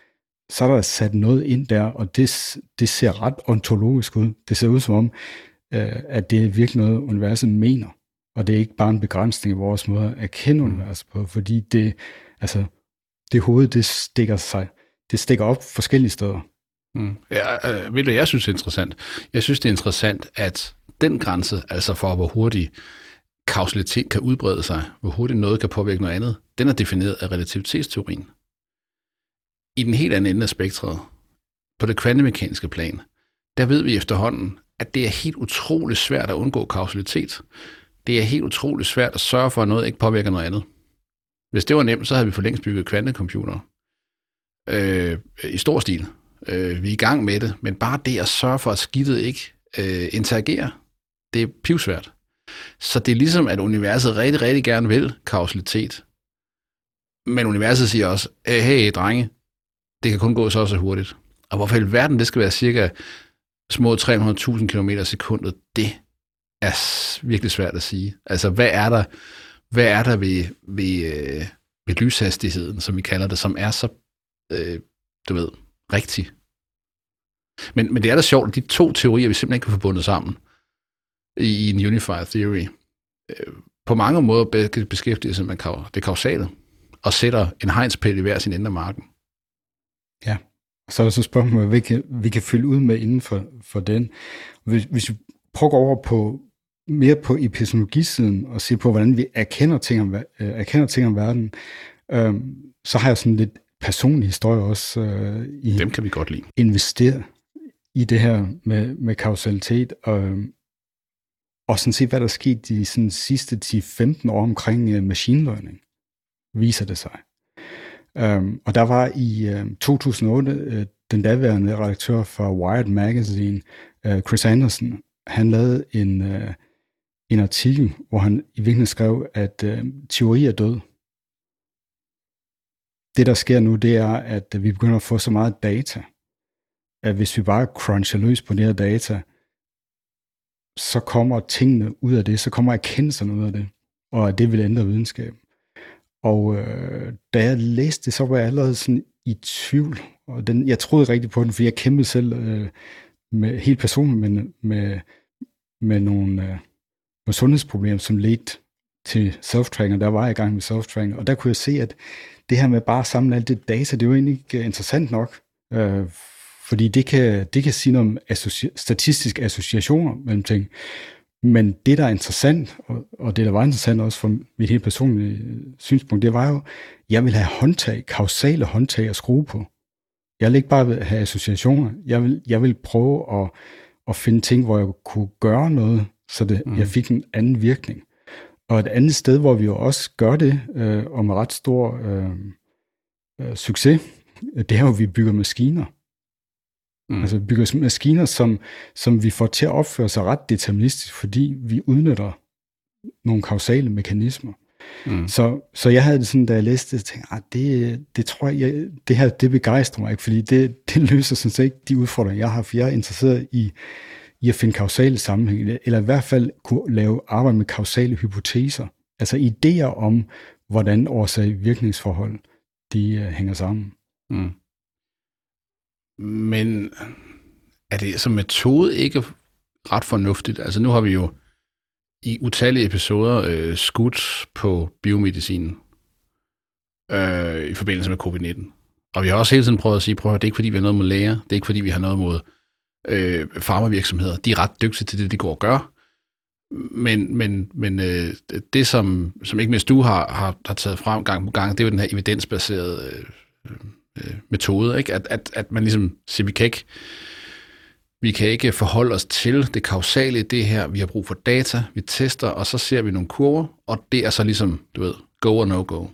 så er der sat noget ind der, og det ser ret ontologisk ud. Det ser ud som om, at det er virkelig noget, universet mener, og det er ikke bare en begrænsning i vores måde at kende universet på, fordi det hoved, det stikker op forskellige steder. Ved du, jeg synes, det er interessant. Jeg synes, det er interessant, at den grænse, altså for hvor hurtigt kausalitet kan udbrede sig, hvor hurtigt noget kan påvirke noget andet, den er defineret af relativitetsteorien. I den helt anden ende af spektret, på det kvantemekaniske plan, der ved vi efterhånden, at det er helt utroligt svært at undgå kausalitet. Det er helt utroligt svært at sørge for, at noget ikke påvirker noget andet. Hvis det var nemt, så havde vi for længst bygget kvantecomputere i stor stil. Vi er i gang med det, men bare det at sørge for, at skidtet ikke interagerer, det er pivsvært. Så det er ligesom, at universet rigtig, rigtig gerne vil kausalitet. Men universet siger også, hey drenge, det kan kun gå så hurtigt. Og hvorfor i verden det skal være cirka små 300.000 km i sekundet, det er virkelig svært at sige. Altså, hvad er der ved lyshastigheden, som vi kalder det, som er så, rigtig? Men det er da sjovt, at de to teorier, vi simpelthen ikke kan få bundet sammen i en unified theory, på mange måder beskæftiger sig med det kausale, og sætter en hegnspæl i hver sin ende af marken. Ja, og så er der så spørgsmålet, hvad vi kan fylde ud med inden for den. Hvis vi prøver over mere på epistemologisiden, og se på, hvordan vi erkender ting om verden, så har jeg sådan lidt personlig historie også dem kan vi godt lide. Investere i det her med kausalitet, og sådan se, hvad der er sket de sådan, sidste 10-15 år omkring machine learning, viser det sig. Og der var i 2008 den daværende redaktør for Wired Magazine, Chris Anderson, han lavede en artikel, hvor han i virkeligheden skrev, at teori er død. Det, der sker nu, det er, at vi begynder at få så meget data, at hvis vi bare cruncher løs på det her data, så kommer tingene ud af det, så kommer erkendelserne ud af det, og at det vil ændre videnskab. Og da jeg læste det, så var jeg allerede sådan i tvivl, og jeg troede rigtig på den, for jeg kæmpede selv med helt personligt med nogle sundhedsproblemer, som ledte til self-tracking, og der var jeg i gang med self-tracking, og der kunne jeg se, at det her med bare at samle alt det data, det er jo egentlig ikke interessant nok, fordi det kan sige noget om statistiske associationer mellem ting. Men det, der er interessant, og det, der var interessant også fra mit helt personlige synspunkt, det var jo, jeg vil have kausale håndtag at skrue på. Jeg vil ikke bare have associationer. Jeg vil prøve at finde ting, hvor jeg kunne gøre noget, så jeg fik en anden virkning. Og et andet sted, hvor vi jo også gør det, og med ret stor succes, det er jo, at vi bygger maskiner. Altså vi bygger maskiner, som vi får til at opføre sig ret deterministisk, fordi vi udnytter nogle kausale mekanismer. Så jeg havde det sådan, da jeg læste det, tænkte det tror jeg, det her, det begejstrer mig ikke, fordi det løser sådan set ikke de udfordringer, jeg har, for jeg er interesseret i at finde kausale sammenhæng, eller i hvert fald kunne lave arbejde med kausale hypoteser, altså idéer om, hvordan årsag-virkningsforhold, de hænger sammen. Men er det som metode ikke ret fornuftigt? Altså nu har vi jo i utallige episoder skudt på biomedicinen i forbindelse med covid-19. Og vi har også hele tiden prøvet at sige, det er ikke fordi vi har noget mod læger, det er ikke fordi vi har noget mod farmavirksomheder. De er ret dygtige til det, de går og gør. Men det, som ikke mindst du har taget frem gang på gang, det er jo den her evidensbaserede metode, ikke? At man ligesom siger, vi kan ikke forholde os til det kausale i det her. Vi har brug for data, vi tester, og så ser vi nogle kurver, og det er så ligesom, go or no go.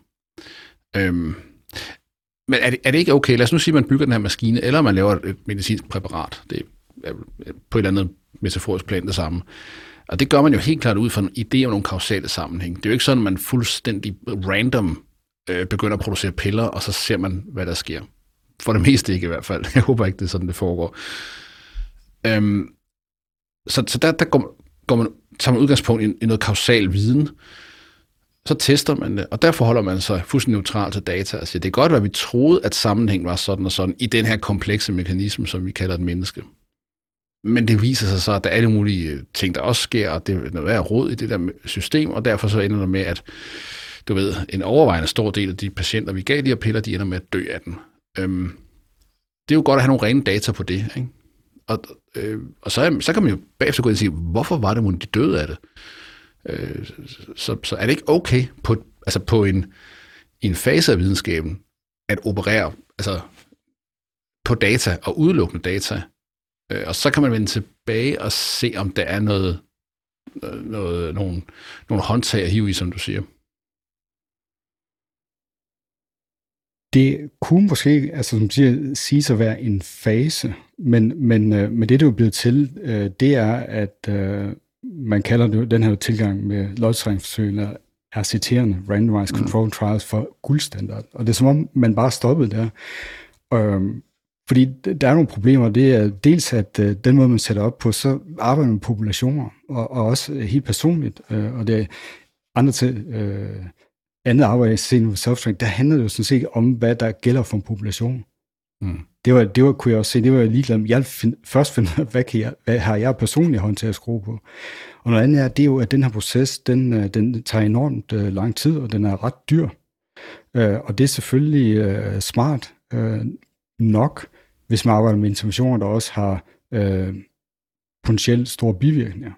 Men er det ikke okay? Lad os nu sige, at man bygger den her maskine, eller man laver et medicinsk præparat. Det er på et eller andet metaforisk plan det samme. Og det gør man jo helt klart ud fra en idé om nogle kausale sammenhæng. Det er jo ikke sådan, at man fuldstændig random begynder at producere piller, og så ser man, hvad der sker. For det meste ikke i hvert fald. Jeg håber ikke, det er sådan, det foregår. Så der tager man udgangspunkt i noget kausal viden, så tester man det, og der forholder man sig fuldstændig neutralt til data og siger, det er godt, at vi troede, at sammenhæng var sådan og sådan i den her komplekse mekanisme, som vi kalder et menneske. Men det viser sig så, at der er alle mulige ting, der også sker, og det er noget rod i det der system, og derfor så ender det med, at du ved, en overvejende stor del af de patienter, vi gav de her piller, de ender med at dø af den. Det er jo godt at have nogle rene data på det, ikke? Og så kan man jo bagefter gå ind og sige, hvorfor var det, de døde af det? Så er det ikke okay på en fase af videnskaben at operere på data og udelukkende data, og så kan man vende tilbage og se, om der er nogle håndtag at hive i, som du siger. Det kunne måske, som du siger, siges at være en fase, men det er blevet til, det er, at man kalder det, den her tilgang med lodtrækningsforsøg, eller RCT'erne, Randomized Controlled Trials, for guldstandard. Og det er som om, man bare stoppede der. Fordi der er nogle problemer. Det er dels, at den måde, man sætter op på, så arbejder man med populationer, og også helt personligt. Og det er andre til... andet arbejde, jeg self-training, der handler det jo sådan set om, hvad der gælder for en population. Det var, kunne jeg også se, det var jeg ligeglad med. Jeg først finder, hvad har jeg personligt hånd til at skrue på. Og noget andet er, det er jo, at den her proces, den tager enormt lang tid, og den er ret dyr. Og det er selvfølgelig smart nok, hvis man arbejder med interventioner, der også har potentielt store bivirkninger.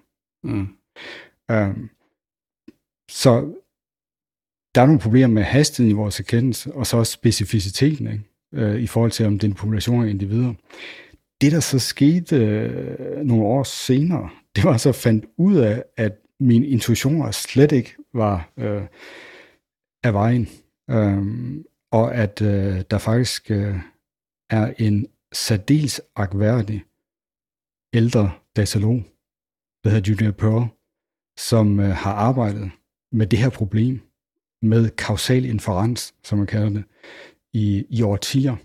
Så der er nogle problemer med hastigheden i vores erkendelse, og så også specificiteten, ikke? I forhold til, om det er en population af individer. Det, der så skete nogle år senere, det var så fandt ud af, at mine intuitioner slet ikke var af vejen, og at der faktisk er en særdeles agtværdig ældre datalog, der hedder Judea Pearl, som har arbejdet med det her problem, med kausal inferens, som man kalder det, i årtier.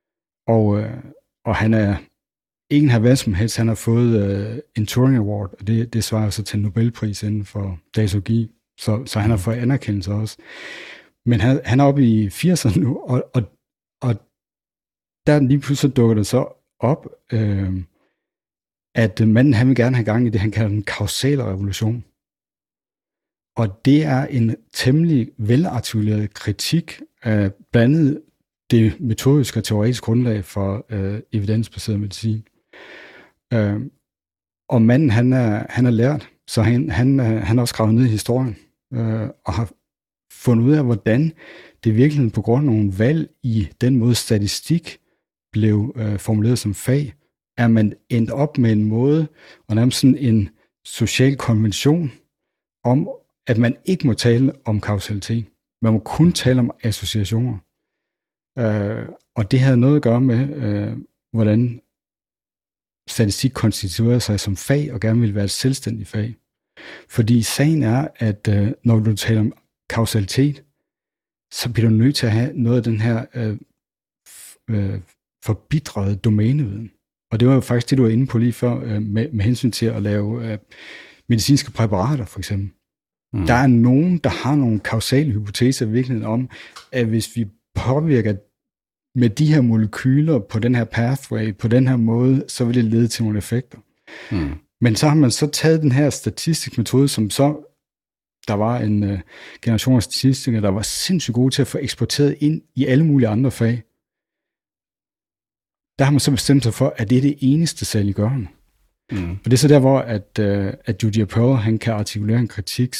Og han er ikke har været som helst. Han har fået en Turing Award, og det svarer så til en Nobelpris inden for datalogi, så han har fået anerkendelse også. Men han er oppe i 80'erne nu, og der lige pludselig dukker det så op, at manden han vil gerne have gang i det, han kalder den kausale revolution. Og det er en temmelig velartikuleret kritik af blandt andet det metodiske og teoretiske grundlag for evidensbaseret medicin. Og manden, han er lært, så han har også gravet ned i historien, og har fundet ud af, hvordan det virkelig på grund af nogle valg i den måde statistik blev formuleret som fag, er man endt op med en måde, og nærmest sådan en social konvention om, at man ikke må tale om kausalitet. Man må kun tale om associationer. Og det havde noget at gøre med, hvordan statistik konstituerer sig som fag, og gerne vil være et selvstændigt fag. Fordi sagen er, at når du taler om kausalitet, så bliver du nødt til at have noget af den her forbitrede domæneviden. Og det var jo faktisk det, du var inde på lige før, med hensyn til at lave medicinske præparater, for eksempel. Der er nogen, der har nogle kausale hypoteser i virkeligheden om, at hvis vi påvirker med de her molekyler på den her pathway, på den her måde, så vil det lede til nogle effekter. Men så har man så taget den her statistisk metode, som så, der var en generation af statistikere, der var sindssygt gode til at få eksporteret ind i alle mulige andre fag. Der har man så bestemt sig for, at det er det eneste saliggørende. Og det er så der, hvor at Judea Pearl, han kan artikulere en kritik,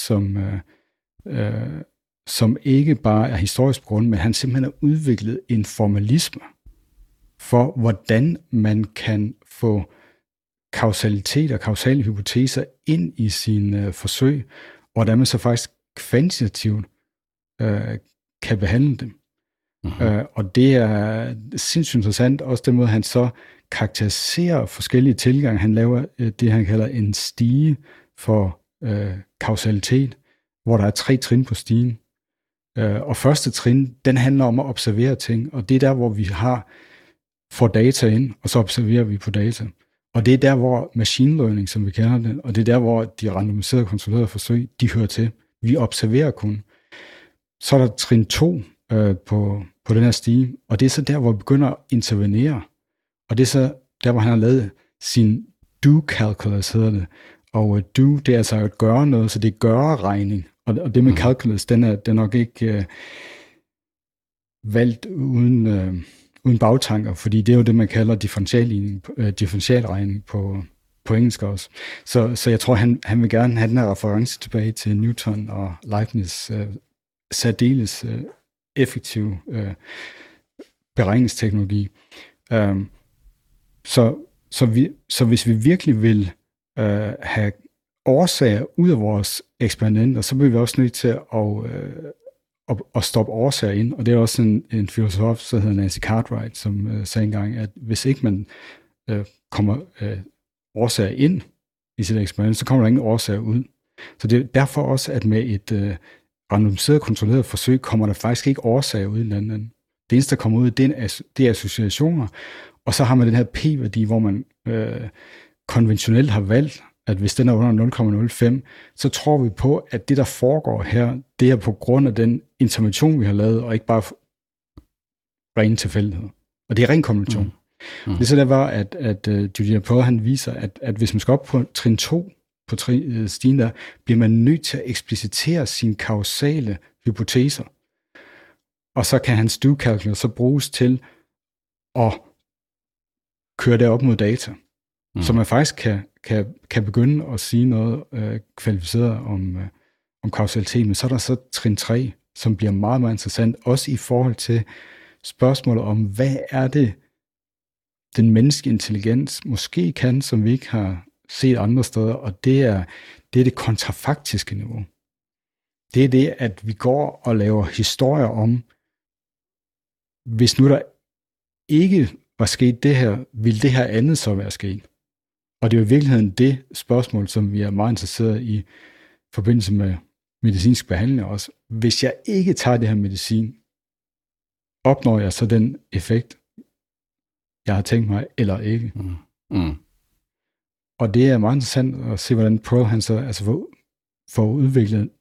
som ikke bare er historisk grund, men han simpelthen har udviklet en formalisme for, hvordan man kan få kausalitet og kausale hypoteser ind i sine forsøg, og hvordan man så faktisk kvantitativt kan behandle dem. Og det er sindssygt interessant, også den måde, han så karakteriserer forskellige tilgange. Han laver det, han kalder en stige for kausalitet, hvor der er 3 trin på stigen. Og første trin, den handler om at observere ting, og det er der, hvor vi får data ind, og så observerer vi på data. Og det er der, hvor machine learning, som vi kender det, og det er der, hvor de randomiserede kontrollerede forsøg, de hører til. Vi observerer kun. så er der trin 2 på den her stige, og det er så der, hvor vi begynder at intervenere. Og det er så der, hvor han har lavet sin do-calculus, hedder det. Og do, det er altså at gøre noget, så det er gøre-regning. Og det med calculus, den er nok ikke valgt uden bagtanker, fordi det er jo det, man kalder differentialregning på engelsk også. Så jeg tror, han vil gerne have den her reference tilbage til Newton og Leibniz særdeles effektiv beregningsteknologi. Så hvis vi virkelig vil have årsager ud af vores eksperimenter, så bliver vi også nødt til at stoppe årsager ind. Og det er også en filosof, der hedder Nancy Cartwright, som sagde engang, at hvis ikke man kommer årsager ind i sit eksperiment, så kommer der ingen årsager ud. Så det er derfor også, at med et randomiseret kontrolleret forsøg, kommer der faktisk ikke årsager ud i den anden. Det eneste, der kommer ud, det er associationer, og så har man den her p-værdi, hvor man konventionelt har valgt, at hvis den er under 0,05, så tror vi på, at det, der foregår her, det er på grund af den intervention, vi har lavet, og ikke bare ren tilfældighed. Og det er ren konvention. Det er så der var, at Judea Pearl, han viser, at hvis man skal op på trin 2, på stigen der, bliver man nødt til at eksplicitere sine kausale hypoteser. Og så kan hans do-calculus så bruges til at køre det op mod data. Så man faktisk kan begynde at sige noget kvalificeret om kausalitet, men så er der så trin 3, som bliver meget, meget interessant, også i forhold til spørgsmålet om, hvad er det, den menneskelige intelligens måske kan, som vi ikke har set andre steder, og det er det kontrafaktiske niveau. Det er det, at vi går og laver historier om, hvis nu der ikke var sket det her, ville det her andet så være sket? Og det er jo i virkeligheden det spørgsmål, som vi er meget interesseret i forbindelse med medicinsk behandling også. Hvis jeg ikke tager det her medicin, opnår jeg så den effekt, jeg har tænkt mig, eller ikke? Og det er meget interessant at se, hvordan Pearl han så får udviklet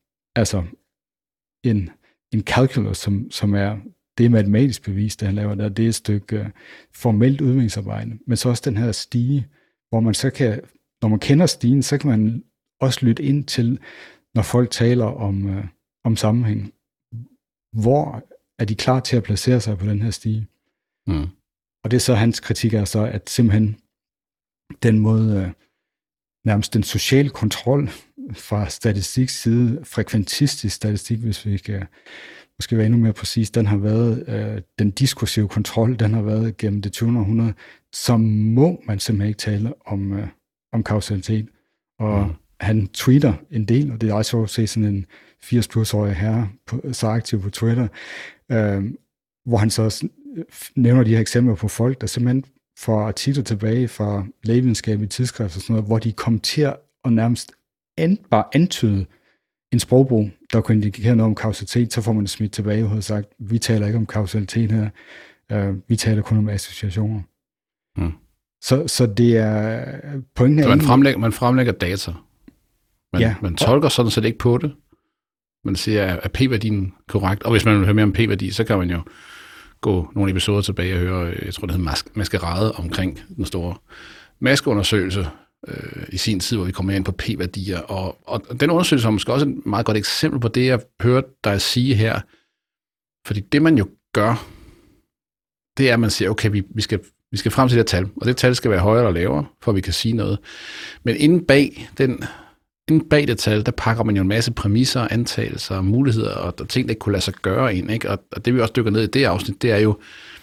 en calculus, som er det matematisk bevis, det han laver der. Det er et stykke formelt udviklingsarbejde, men så også den her stige, hvor man så kan, når man kender stigen, så kan man også lytte ind til, når folk taler om sammenhæng. Hvor er de klar til at placere sig på den her stige? Og det er så hans kritik er så, at simpelthen den måde, nærmest den sociale kontrol fra statistiks side, frekventistisk statistik, hvis vi kan måske være endnu mere præcis, den har været, den diskursive kontrol, den har været gennem det 20. århundrede, så må man simpelthen ikke tale om kausalitet. Og han tweeter en del, og det er også sjovt at se sådan en 80-plus-årig herre så aktiv på Twitter, hvor han så nævner de her eksempler på folk, der simpelthen får artikler tilbage fra lægevidenskab i tidsskrift og sådan noget, hvor de kom til at nærmest bare antyde en sprogbrug, der kunne indikere noget om kausalitet, så får man det smidt tilbage og har sagt, vi taler ikke om kausalitet her, vi taler kun om associationer. Så det er pointen. Så man fremlægger data. Man tolker sådan set ikke på det. Man siger, er p-værdien korrekt? Og hvis man vil høre mere om p-værdi, så kan man jo gå nogle episoder tilbage og høre, jeg tror det hedder Maskerade omkring den store maskeundersøgelse i sin tid, hvor vi kommer ind på p-værdier. Og den undersøgelse er måske også et meget godt eksempel på det, jeg hørte dig sige her. Fordi det man jo gør, det er, at man siger, okay, vi skal frem til det tal, og det tal skal være højere eller lavere, for at vi kan sige noget. Men inden bag det tal, der pakker man jo en masse præmisser, antagelser, muligheder, og ting, der ikke kunne lade sig gøre ind. Ikke? Og det vi også dykker ned i det afsnit, det er jo,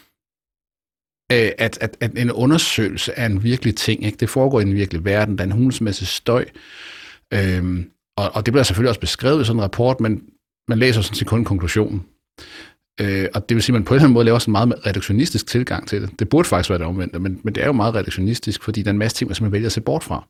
at en undersøgelse er en virkelig ting. Ikke? Det foregår i den virkelige verden, der er en hulsmasse støj. Og det bliver selvfølgelig også beskrevet i sådan en rapport, men man læser sådan set kun konklusionen. Og det vil sige, at man på en eller anden måde laver sådan en meget reduktionistisk tilgang til det. Det burde faktisk være det omvendte, men det er jo meget reduktionistisk, fordi der er en masse ting, man vælger at se bort fra.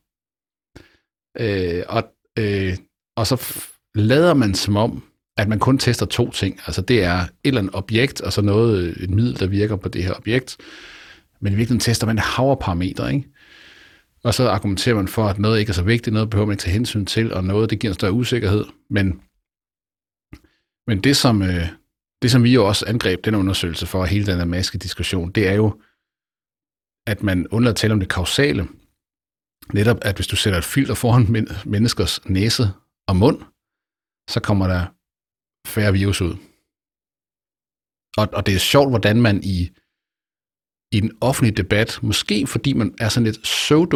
Og så lader man som om, at man kun tester 2 ting. Altså det er et eller andet objekt, og så et middel, der virker på det her objekt. Men i virkeligheden tester man havreparametre, ikke? Og så argumenterer man for, at noget ikke er så vigtigt, noget behøver man ikke tage hensyn til, og noget, det giver en større usikkerhed. Men Men det som vi jo også angreb den undersøgelse for, hele den her maskediskussion, det er jo, at man undlader at tale om det kausale. Netop, at hvis du sætter et filter foran menneskers næse og mund, så kommer der færre virus ud. Og det er sjovt, hvordan man i den offentlige debat, måske fordi man er sådan lidt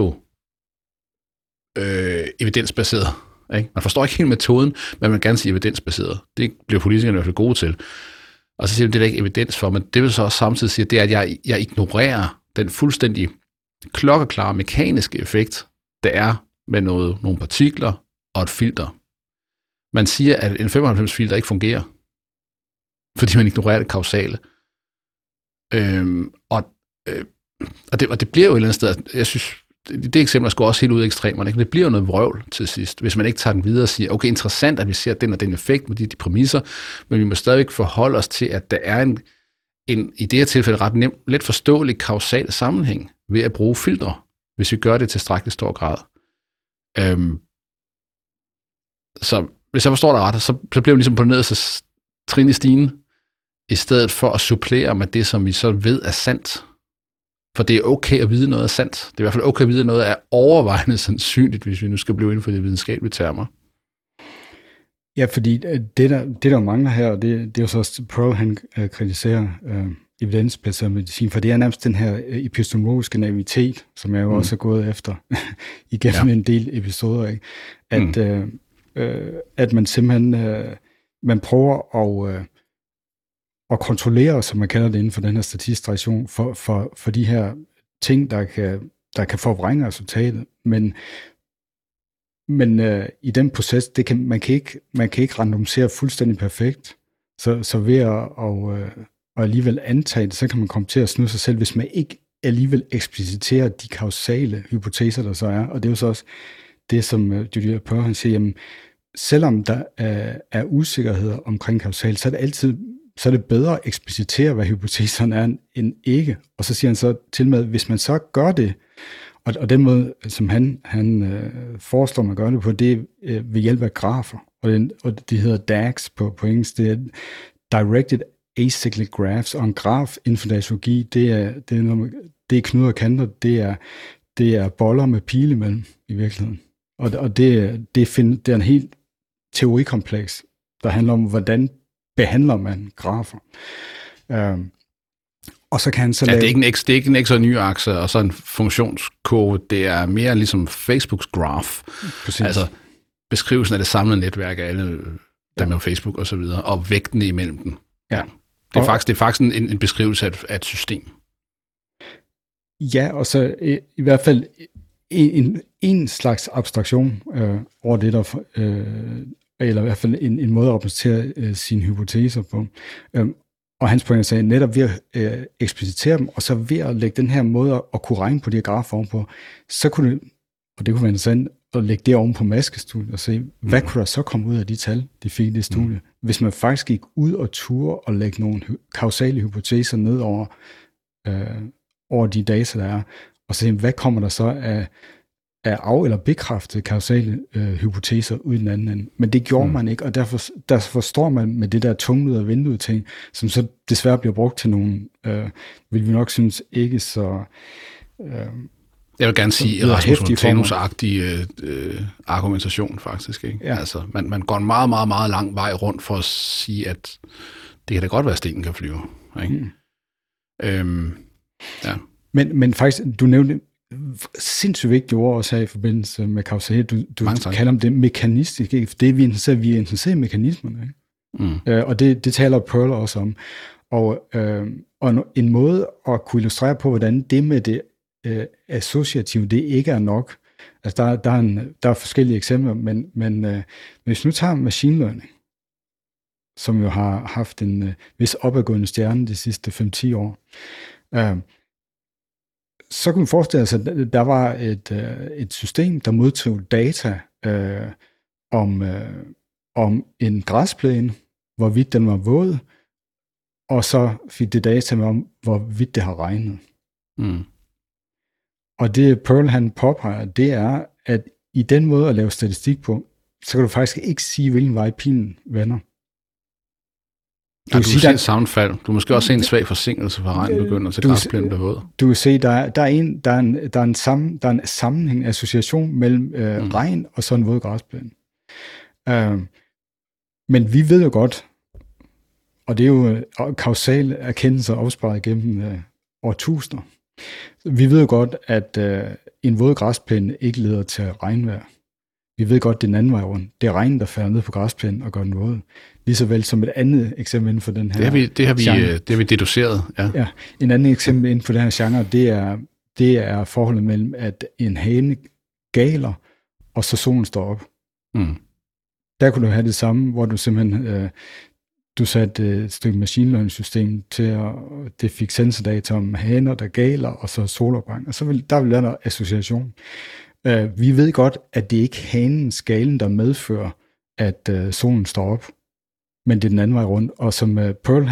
pseudo-evidensbaseret, ikke? Man forstår ikke helt metoden, men man vil gerne sige evidensbaseret. Det bliver politikerne i hvert fald gode til. Og så siger man, det er der ikke evidens for, men det vil så også samtidig sige, det er, at jeg ignorerer den fuldstændig klokkeklare mekaniske effekt, der er med nogle partikler og et filter. Man siger, at en 95-filter ikke fungerer, fordi man ignorerer det kausale. Og det bliver jo et eller andet sted, jeg synes, det eksempel går også helt ud af ekstremerne. Det bliver jo noget vrøvl til sidst, hvis man ikke tager den videre og siger, okay, interessant, at vi ser den og den effekt med de præmisser, men vi må stadigvæk forholde os til, at der er en i det her tilfælde ret let forståelig kausal sammenhæng ved at bruge filtre, hvis vi gør det i tilstrækkeligt stor grad. Så hvis jeg forstår dig ret, så bliver vi ligesom på nederste trin i stigen, i stedet for at supplere med det, som vi så ved er sandt. For det er okay at vide noget er sandt. Det er i hvert fald okay at vide noget er overvejende sandsynligt, hvis vi nu skal blive inden for de videnskabelige termer. Ja, fordi det der mangler her, og det er jo så også Pearl, han kritiserer evidensbaseret medicin, for det er nærmest den her epistemologiske naivitet, som jeg jo også er gået efter igennem en del episoder, ikke? At man simpelthen man prøver at kontrollere, som man kalder det inden for den her statistisk tradition, for de her ting, der kan forvrænge resultatet. Men i den proces, man kan ikke randomisere fuldstændig perfekt. Så ved at alligevel antage det, så kan man komme til at snyde sig selv, hvis man ikke alligevel ekspliciterer de kausale hypoteser, der så er. Og det er jo så også det, som Judith Pearl, han siger, jamen, selvom der er usikkerheder omkring kausal, så er det bedre at eksplicitere, hvad hypoteserne er, end ikke. Og så siger han så til med, hvis man så gør det, og den måde, som han foreslår, man gør det på, det er ved hjælp af grafer. Og det hedder DAGs på engelsk. Det er Directed Acyclic Graphs, og en graf inden for datalogi, det er knuder og kanter, det er boller med pile imellem i virkeligheden. Og det er en helt teorikompleks, der handler om, hvordan behandler man grafer. Og så kan han så lave... Det er ikke en x og en y-akse og så en funktionskurve. Det er mere ligesom Facebooks graph. Præcis. Altså beskrivelsen af det samlede netværk af alle der med Facebook og så videre, og vægtene imellem dem. Ja. Det er faktisk en beskrivelse af et system. Ja, og så i hvert fald en slags abstraktion over det, der eller i hvert fald en måde at repræsentere sine hypoteser på. Og hans pointe sagde, netop ved at eksplicitere dem, og så ved at lægge den her måde at kunne regne på de her grafer ovenpå, så kunne det, og det kunne være interessant, at lægge det oven på maskestudiet og se, hvad kunne der så komme ud af de tal, de fik i det studie, hvis man faktisk gik ud og turde og lægge nogle kausale hypoteser ned over de data, der er, og se, hvad kommer der så af af- eller bekræftede kausale hypoteser ud i den anden ende. Men det gjorde man ikke, og derfor står man med det der tungt ud af vinduet ting, som så desværre bliver brugt til nogle, vil vi nok synes, ikke så... Jeg vil gerne sige Rasmus Montanus-agtig argumentation, faktisk. Ikke? Ja. Altså, man går en meget, meget, meget lang vej rundt for at sige, at det kan da godt være, at stenen kan flyve. Ikke? Ja. Men faktisk, du nævnte sindssygt vigtige ord også her i forbindelse med kausalitet. Du kalder dem det mekanistiske, ikke? For det vi er interesseret i mekanismerne. Ikke? Og det taler Pearl også om. Og en måde at kunne illustrere på, hvordan det med det associative, det ikke er nok. Altså der er forskellige eksempler, men hvis nu tager machine learning, som jo har haft en vis opadgående stjerne de sidste 5-10 år, så kunne man forestille sig, at der var et system, der modtog data om en græsplæne, hvorvidt den var våd, og så fik det data med om, hvorvidt det har regnet. Og det Pearl han påpeger, det er, at i den måde at lave statistik på, så kan du faktisk ikke sige, hvilken vej pilen vender. Du kan se et sammenfald. Du kan måske også se en svag forsinkelse fra regnen begynder til græsplænen bliver våd. Du kan se, der er en sammenhæng, association mellem regn og så en våd græsplæne. Men vi ved jo godt, og det er jo kausal erkendelse afsparet gennem årtusinder. Vi ved jo godt, at en våd græsplæne ikke leder til regnvejr. Vi ved godt, det er den anden vej rundt. Det er regnen, der falder ned på græsplænen og gør den våd. Lige så vel som et andet eksempel inden for den her det har vi deduceret. Ja, en anden eksempel inden for den her genre, det er forholdet mellem, at en hane galer, og så solen står op. Der kunne du have det samme, hvor du simpelthen du satte et stykke machine learning system til at det fik sensordata om haner, der galer, og så solopgang. Og så vil der være en association. Vi ved godt, at det ikke er hanens galen, der medfører, at solen står op, men det er den anden vej rundt. Og som Pearl,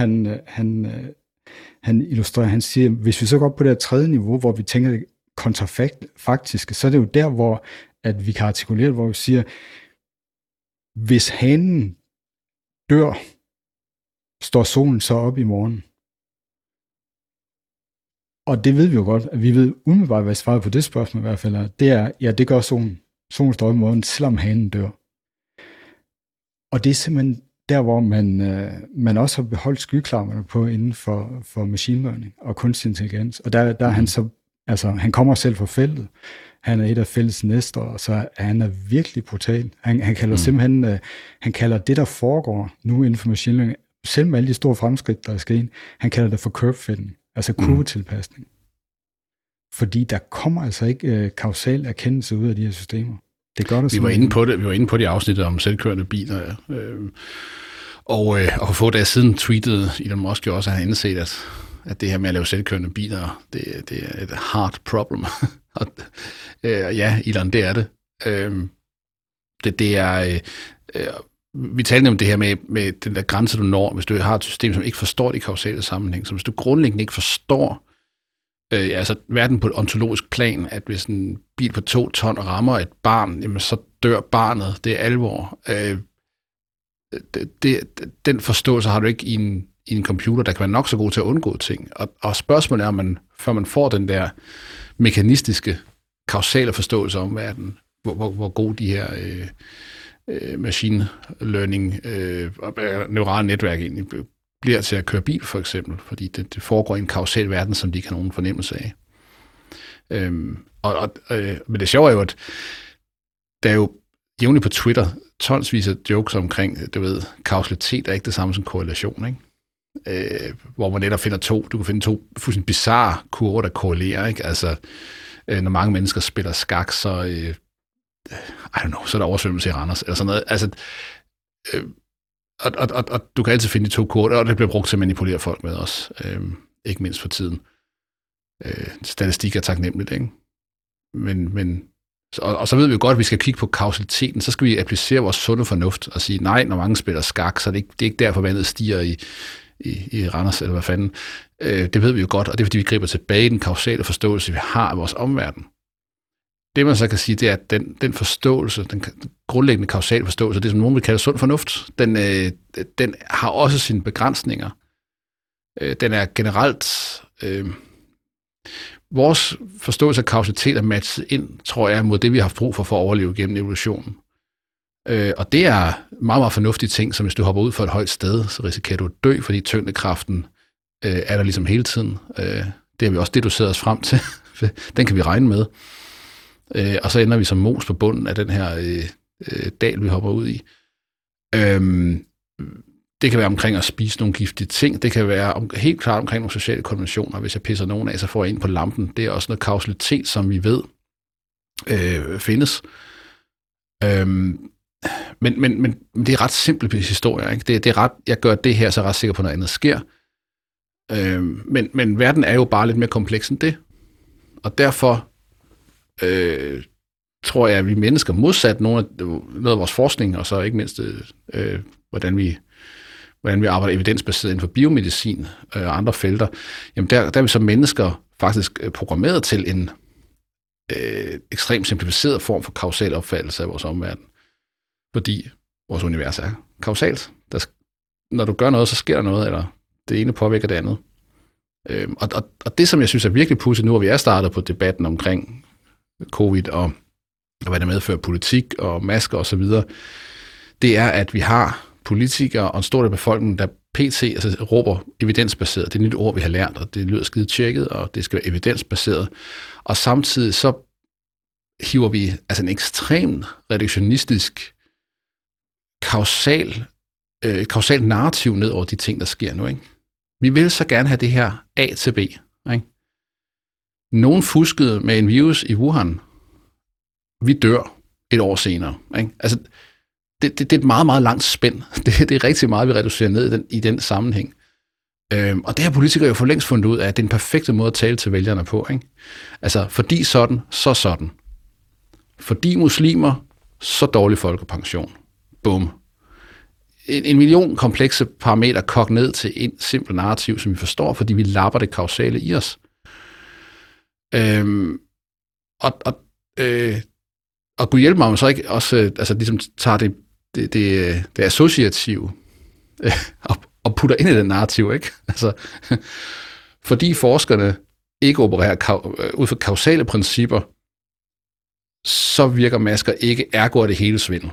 han illustrerer, han siger, hvis vi så går op på det her tredje niveau, hvor vi tænker kontrafaktiske, så er det jo der, hvor at vi kan artikulere, hvor vi siger, hvis hanen dør, står solen så op i morgen. Og det ved vi jo godt, at vi ved umiddelbart, hvad svaret på det spørgsmål i hvert fald er, det er, ja, det gør solen. Solen står op i morgen, selvom hanen dør. Og det er simpelthen der, hvor man også har beholdt skyklammerne på inden for machine learning og kunstig intelligens. Og der er han så, altså han kommer selv fra feltet. Han er et af feltets næster, og så er han virkelig brutal. Han kalder simpelthen, han kalder det, der foregår nu inden for machine learning, selv med alle de store fremskridt, der er sket, han kalder det for curve fitting, altså kurvetilpasning. Fordi der kommer altså ikke kausal erkendelse ud af de her systemer. Det gør det. Vi var inde på det i afsnittet om selvkørende biler, og for få dage siden tweetede Elon Musk jo også, at han indset, at det her med at lave selvkørende biler, det er et hard problem. Ja, Elon, det er det. Det er... vi talte om det her med den der grænse, du når, hvis du har et system, som ikke forstår de kausale sammenhæng. Så hvis du grundlæggende ikke forstår altså verden på et ontologisk plan, at hvis en bil på 2 ton rammer et barn, jamen så dør barnet. Det er alvor. Den forståelse har du ikke i en computer, der kan være nok så god til at undgå ting. Og spørgsmålet er, om før man får den der mekanistiske, kausale forståelse om verden, hvor god de her machine learning neurale netværk egentlig bliver til at køre bil, for eksempel, fordi det foregår i en kausal verden, som de ikke har nogen fornemmelse af. Men det sjove er jo, at der er jo jævnligt på Twitter tonsvis af jokes omkring, du ved, kausalitet er ikke det samme som korrelation, ikke? Hvor man netop finder du kan finde 2 fuldstændig bizarre kurver, der korrelerer, ikke? Altså, når mange mennesker spiller skak, så så er der oversvømmelse i Randers, eller sådan noget. Altså, og du kan altid finde de 2 kurver, og det bliver brugt til at manipulere folk med os, ikke mindst for tiden. Statistik er taknemmeligt, ikke? Men så ved vi jo godt, at vi skal kigge på kausaliteten, så skal vi applicere vores sunde fornuft og sige, nej, når mange spiller skak, så det er ikke derfor vandet stiger i Randers, eller hvad fanden. Det ved vi jo godt, og det er fordi, vi griber tilbage i den kausale forståelse, vi har af vores omverden. Det man så kan sige, det er, at den forståelse, den grundlæggende kausale forståelse, det som nogen vil kalde sund fornuft, den har også sine begrænsninger. Den er generelt... vores forståelse af kausalitet er matchet ind, tror jeg, mod det, vi har haft brug for at overleve gennem evolutionen. Og det er meget, meget fornuftige ting, som hvis du hopper ud for et højt sted, så risikerer du at dø, fordi tyngdekraften er der ligesom hele tiden. Det har vi også deduceret os frem til. Den kan vi regne med. Og så ender vi som mos på bunden af den her dal, vi hopper ud i. Det kan være omkring at spise nogle giftige ting. Det kan være helt klart omkring nogle sociale konventioner. Hvis jeg pisser nogen af, så får jeg en på lampen. Det er også noget kausalitet, som vi ved findes. Men det er ret simpelt historie, ikke? Det er ret, jeg gør det her, så er jeg ret sikker på, at noget andet sker. Men verden er jo bare lidt mere kompleks end det. Og derfor tror jeg, at vi mennesker, modsat noget af vores forskning, og så ikke mindst, hvordan vi arbejder evidensbaseret inden for biomedicin og andre felter, jamen der er vi som mennesker faktisk programmeret til en ekstremt simplificeret form for kausal opfattelse af vores omverden. Fordi vores univers er kausalt. når du gør noget, så sker der noget, eller det ene påvirker det andet. Og det, som jeg synes er virkelig pudsigt nu, hvor vi er startet på debatten omkring covid og hvad det medfører politik og masker osv., det er, at vi har politikere og en stor del af befolkningen, der pt. Altså, råber evidensbaseret. Det er et nyt ord, vi har lært, og det lyder skide tjekket, og det skal være evidensbaseret. Og samtidig så hiver vi altså en ekstremt reduktionistisk kausalt narrativ ned over de ting, der sker nu. Ikke? Vi vil så gerne have det her A til B. Ikke? Nogen fuskede med en virus i Wuhan. Vi dør et år senere. Ikke? Altså, det er et meget, meget langt spænd. Det er rigtig meget, vi reducerer ned i den sammenhæng. Og det har politikere jo for længst fundet ud af, at det er en perfekte måde at tale til vælgerne på. Ikke? Altså, fordi sådan, så sådan. Fordi muslimer, så dårlig folkepension. Bum. En million komplekse parametre kogt ned til en simpel narrativ, som vi forstår, fordi vi lapper det kausale i os. Og Gud hjælpe mig, om så ikke også altså, ligesom tager det associative og putter ind i den narrativ, ikke? Altså, fordi forskerne ikke opererer ud fra kausale principper, så virker masker ikke, ergo er det hele svindel.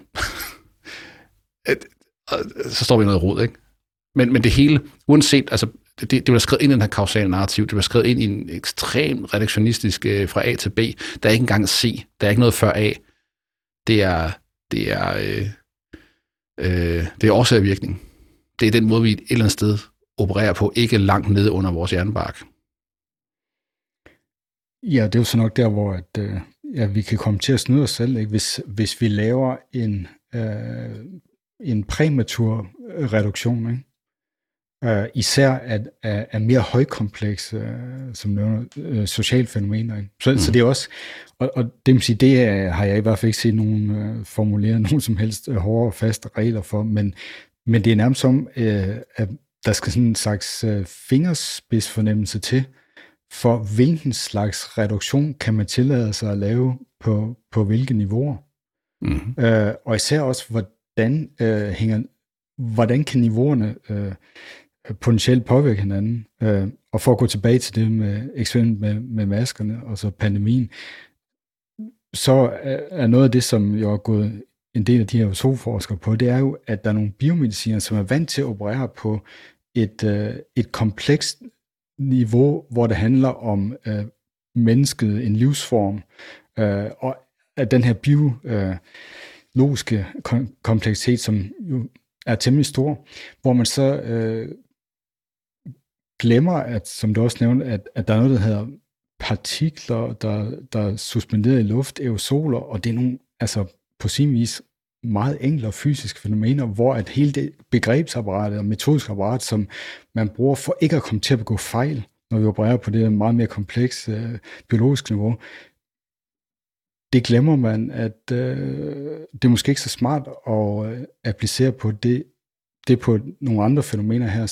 Så står vi i noget rod, ikke? Men det hele, uanset, altså, det bliver skrevet ind i den her kausale narrativ, det bliver skrevet ind i en ekstrem reduktionistisk fra A til B, der er ikke engang C, der er ikke noget før A. Det er årsagvirkning. Det er den måde, vi et eller andet sted opererer på, ikke langt nede under vores jernbark. Ja, det er jo så nok der, hvor vi kan komme til at snyde os selv, ikke? Hvis vi laver en præmatur reduktion, ikke? Især af mere højkompleks, som nævner, sociale fænomener. Ikke? Så det er også, og det vil sige, det har jeg i hvert fald ikke set nogen formulere nogen som helst hårde og faste regler for, men det er nærmest som, at der skal sådan en slags fingerspidsfornemmelse til, for hvilken slags reduktion kan man tillade sig at lave på hvilke niveauer. Mm-hmm. Og især også, hvordan kan niveauerne potentielt påvirke hinanden. Og for at gå tilbage til det med eksperimentet med maskerne og så pandemien, så er noget af det, som jeg har gået en del af de her zooforskere på, det er jo, at der er nogle biomedicinere, som er vant til at operere på et komplekst niveau, hvor det handler om mennesket, en livsform, og at den her biologiske kompleksitet, som jo er temmelig stor, hvor man så glemmer, at, som du også nævnte, at der er noget, der hedder partikler, der er suspenderet i luft, aerosoler, og det er nogle, altså på sin vis, meget enkle fysiske fænomener, hvor at hele det begrebsapparat og metodisk apparat, som man bruger for ikke at komme til at begå fejl, når vi opererer på det meget mere komplekse biologiske niveau, det glemmer man, at det er måske ikke så smart at applicere på det på nogle andre fænomener her,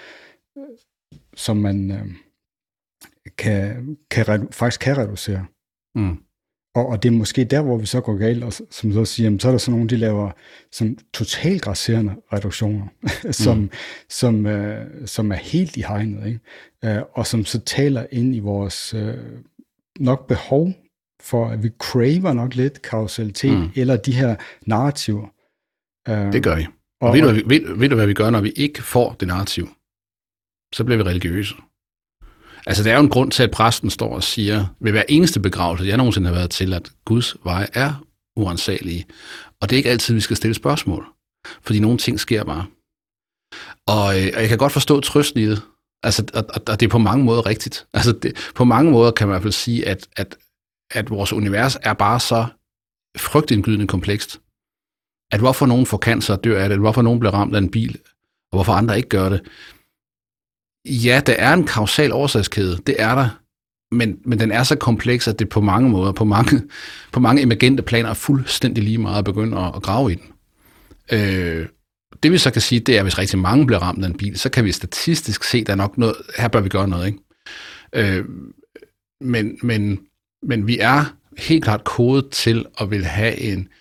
som man faktisk kan reducere. Mm. Og det er måske der, hvor vi så går galt, og som så siger, jamen, så er der sådan nogle, de laver sådan totalt grasserende reduktioner, som er helt i hegnet, ikke? Og som så taler ind i vores nok behov for, at vi craver nok lidt kausalitet, eller de her narrativer. Det gør vi. Og ved du, hvad vi gør, når vi ikke får det narrativ? Så bliver vi religiøse. Altså, der er jo en grund til, at præsten står og siger, ved hver eneste begravelse, jeg nogensinde har været til, at Guds veje er uansagelige. Og det er ikke altid, vi skal stille spørgsmål. Fordi nogle ting sker bare. Og jeg kan godt forstå trøsten i det. Altså, og det er på mange måder rigtigt. Altså, på mange måder kan man i hvert fald sige, at vores univers er bare så frygtindgydende komplekst. At hvorfor nogen får cancer og dør af det, hvorfor nogen bliver ramt af en bil, og hvorfor andre ikke gør det. Ja, der er en kausal årsagskæde, det er der, men den er så kompleks, at det på mange måder, på mange emergente planer er fuldstændig lige meget at begynde at grave i den. Det vi så kan sige, det er, at hvis rigtig mange bliver ramt af en bil, så kan vi statistisk se, at der er nok noget, her bør vi gøre noget, ikke? Men vi er helt klart kodet til at vil have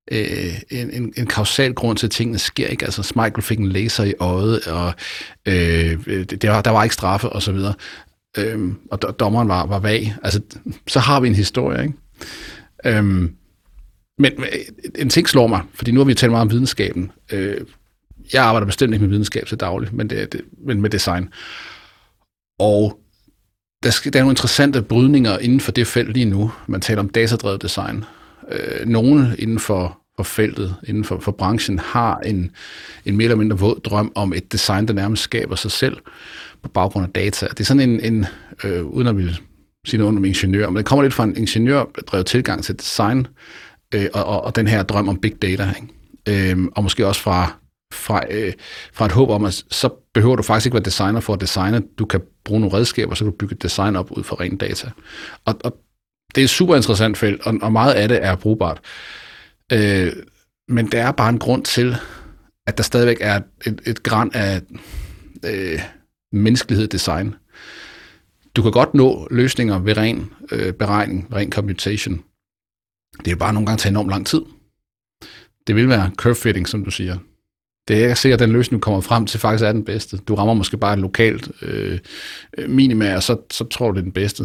en kausal grund til, at tingene sker, ikke? Altså, Michael fik en laser i øjet, og der var ikke straffe, og så videre. Og dommeren var vag. Altså, så har vi en historie, ikke? Men en ting slår mig, fordi nu har vi talt meget om videnskaben. Jeg arbejder bestemt ikke med videnskab til dagligt, men med design. Og der er nogle interessante brydninger inden for det felt lige nu. Man taler om datadrevet design. Nogle inden for feltet, inden for branchen, har en mere eller mindre våd drøm om et design, der nærmest skaber sig selv på baggrund af data. Det er sådan en uden at ville sige noget om ingeniør, men det kommer lidt fra en ingeniørdrevet tilgang til design, og den her drøm om big data, ikke? Og måske også fra et håb om, at så behøver du faktisk ikke være designer for at designe. Du kan bruge nogle redskaber, så kan du bygge et design op ud fra ren data. Og det er et super interessant felt, og meget af det er brugbart. Men der er bare en grund til, at der stadigvæk er et gran af menneskelighed design. Du kan godt nå løsninger ved ren beregning, ren computation. Det er bare nogle gange tage enormt lang tid. Det vil være curve fitting, som du siger. Det er sikkert, at den løsning, du kommer frem til, faktisk er den bedste. Du rammer måske bare et lokalt minima, og så tror du, det er den bedste.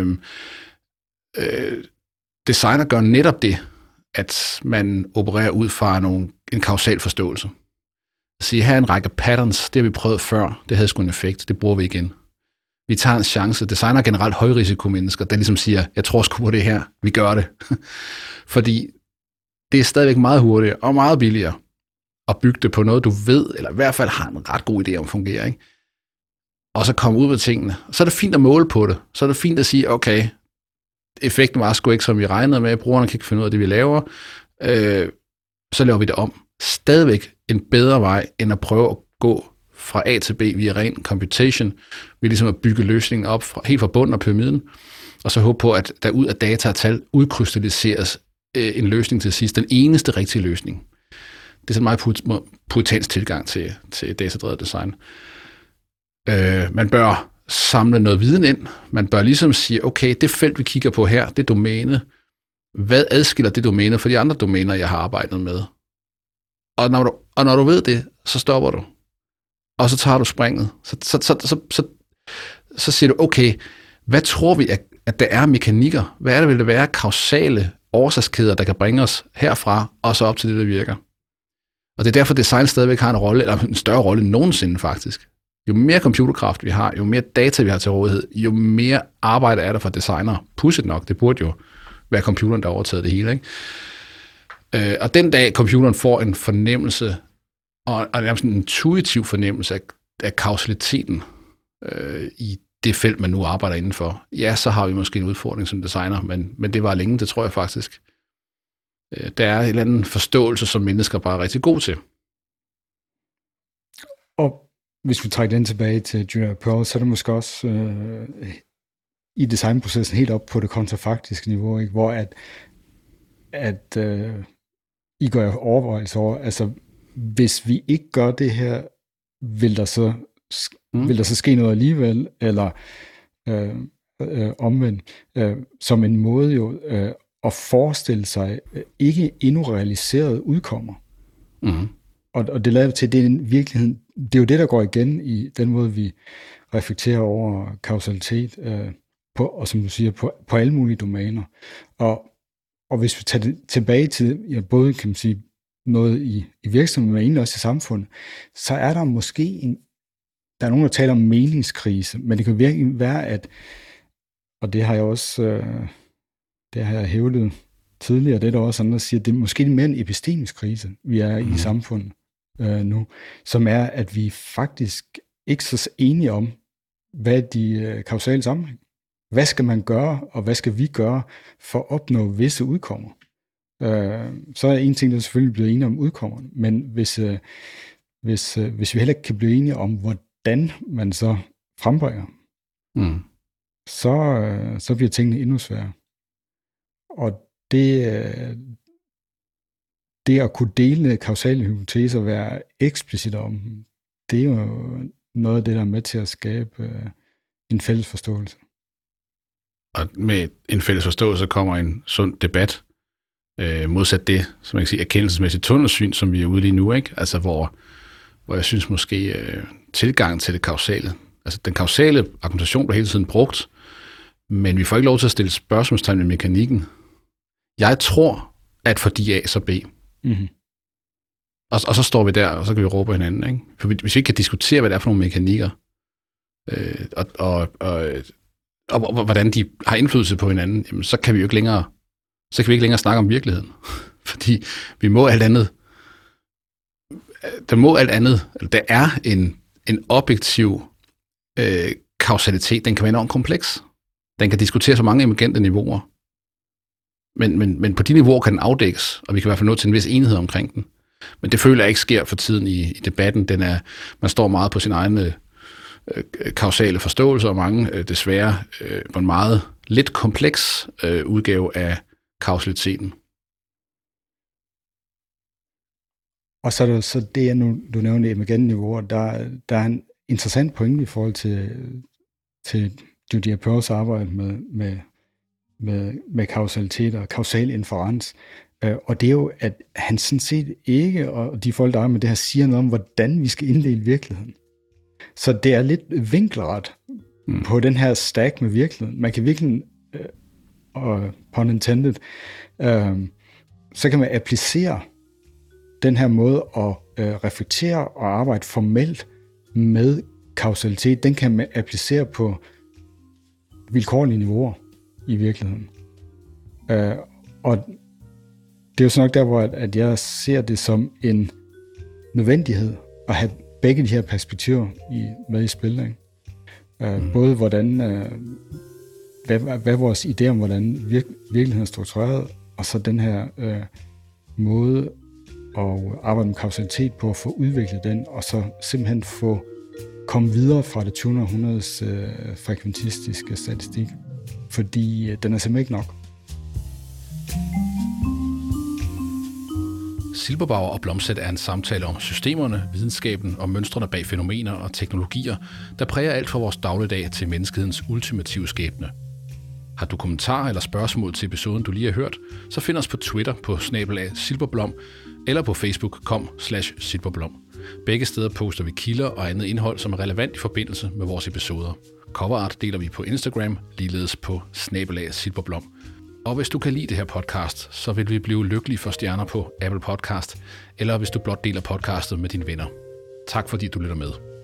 Designer gør netop det, at man opererer ud fra en kausal forståelse. At sige, her er en række patterns, det har vi prøvet før, det havde sgu en effekt, det bruger vi igen. Vi tager en chance. Designer er generelt højrisikomennesker, der ligesom siger, jeg tror sgu på det her, vi gør det. Fordi det er stadigvæk meget hurtigere og meget billigere at bygge det på noget, du ved, eller i hvert fald har en ret god idé om fungerer, ikke? Og så komme ud med tingene. Så er det fint at måle på det. Så er det fint at sige, okay, effekten var sgu ikke, som vi regnede med, brugerne kan ikke finde ud af det, vi laver, så laver vi det om. Stadigvæk en bedre vej, end at prøve at gå fra A til B via ren computation. Vi er ligesom at bygge løsningen op helt fra bunden af pyramiden, og så håbe på, at der ud af data og tal udkrystalliseres en løsning til sidst. Den eneste rigtige løsning. Det er sådan meget puritansk tilgang til datadrevet design. Man bør samle noget viden ind. Man bør ligesom sige, okay, det felt, vi kigger på her, det domæne. Hvad adskiller det domæne fra de andre domæner, jeg har arbejdet med? Og når du ved det, så stopper du. Og så tager du springet. Så siger du, okay, hvad tror vi, at der er mekanikker? Hvad er det, vil det være kausale årsagskæder, der kan bringe os herfra, og så op til det, der virker? Og det er derfor, design stadigvæk har en rolle, eller en større rolle end nogensinde faktisk. Jo mere computerkraft vi har, jo mere data vi har til rådighed, jo mere arbejde er der for designere. Pusset nok, det burde jo være computeren, der overtager det hele, ikke? Og den dag, computeren får en fornemmelse, og nærmest en intuitiv fornemmelse af kausaliteten i det felt, man nu arbejder indenfor, ja, så har vi måske en udfordring som designer, men det var længe, det tror jeg faktisk. Der er en eller anden forståelse, som mennesker bare er rigtig gode til. Og hvis vi trækker den tilbage til Junior Pearl, så er det måske også i designprocessen helt op på det kontrafaktiske niveau, ikke? Hvor at I gør overvejelser over, altså hvis vi ikke gør det her, vil der så ske noget alligevel, eller omvendt, som en måde jo at forestille sig ikke endnu realiseret udkommer. Mm-hmm. Og det lader til, det er virkeligheden, det er jo det, der går igen i den måde, vi reflekterer over kausalitet, og som du siger, på alle mulige domæner. Og hvis vi tager det tilbage til, både kan man sige, noget i virksomheden, men egentlig også i samfundet, så er der måske der er nogen, der taler om meningskrise, men det kan virkelig være, at, og det har jeg også, det har jeg hævdet tidligere, det er der også andre, der siger, det er måske mere en epistemisk krise, vi er i samfundet nu, som er, at vi faktisk ikke så enige om, hvad de kausale sammenhæng. Hvad skal man gøre, og hvad skal vi gøre for at opnå visse udkommer? Så er en ting, der selvfølgelig bliver enige om udkommerne, men hvis vi heller ikke kan blive enige om, hvordan man så frembringer, så bliver tingene endnu sværere. Og det at kunne dele kausale hypoteser og være eksplicit om, det er jo noget af det, der er med til at skabe en fælles forståelse. Og med en fælles forståelse kommer en sund debat, Modsat det, som man kan sige, erkendelsesmæssigt tunnelsyn, som vi er ude lige nu, ikke? Altså hvor jeg synes måske tilgang til det kausale, altså den kausale argumentation bliver hele tiden brugt, men vi får ikke lov til at stille spørgsmålstegn ved mekanikken. Jeg tror, at fordi A, så B. Mm-hmm. Og så står vi der, og så kan vi råbe hinanden, ikke? For hvis vi ikke kan diskutere, hvad det er for nogle mekanikker, og hvordan de har indflydelse på hinanden, jamen, så kan vi ikke længere snakke om virkeligheden. Fordi vi må alt andet. Der er en objektiv kausalitet. Den kan være enormt kompleks. Den kan diskuteres på mange emergente niveauer. Men på de niveauer kan den afdækkes, og vi kan i hvert fald nå til en vis enighed omkring den. Men det føler jeg ikke sker for tiden i debatten. Man står meget på sin egen kausale forståelse, og mange desværre på en meget lidt kompleks udgave af kausaliteten. Og så er der så det, du nævnte emergente niveauer, der er en interessant pointe i forhold til Judea Pearls arbejde med kausalitet og kausal inferens. Og det er jo, at han sådan set ikke, og de folk, der er med det her, siger noget om, hvordan vi skal inddele virkeligheden. Så det er lidt vinkelret på den her stack med virkeligheden. Man kan virkelig, og pun intended, så kan man applicere den her måde at reflektere og arbejde formelt med kausalitet. Den kan man applicere på vilkårlige niveauer i virkeligheden. Og det er jo så nok der, hvor at jeg ser det som en nødvendighed at have begge de her perspektiver med i spil. Ikke? Både hvordan, hvad vores idé om, hvordan virkeligheden er struktureret, og så den her måde at arbejde med kausalitet på at få udviklet den, og så simpelthen få komme videre fra det 20. århundredes frekventistiske statistik. Fordi den er simpelthen ikke nok. Silberbauer og Blomstedt er en samtale om systemerne, videnskaben og mønstrene bag fænomener og teknologier, der præger alt fra vores dagligdag til menneskehedens ultimative skæbne. Har du kommentarer eller spørgsmål til episoden, du lige har hørt, så find os på Twitter på @silberblom eller på facebook.com/silberblom. Begge steder poster vi kilder og andet indhold, som er relevant i forbindelse med vores episoder. Coverart deler vi på Instagram, ligeledes på @silberblom. Og hvis du kan lide det her podcast, så vil vi blive lykkelige for stjerner på Apple Podcast, eller hvis du blot deler podcastet med dine venner. Tak fordi du lytter med.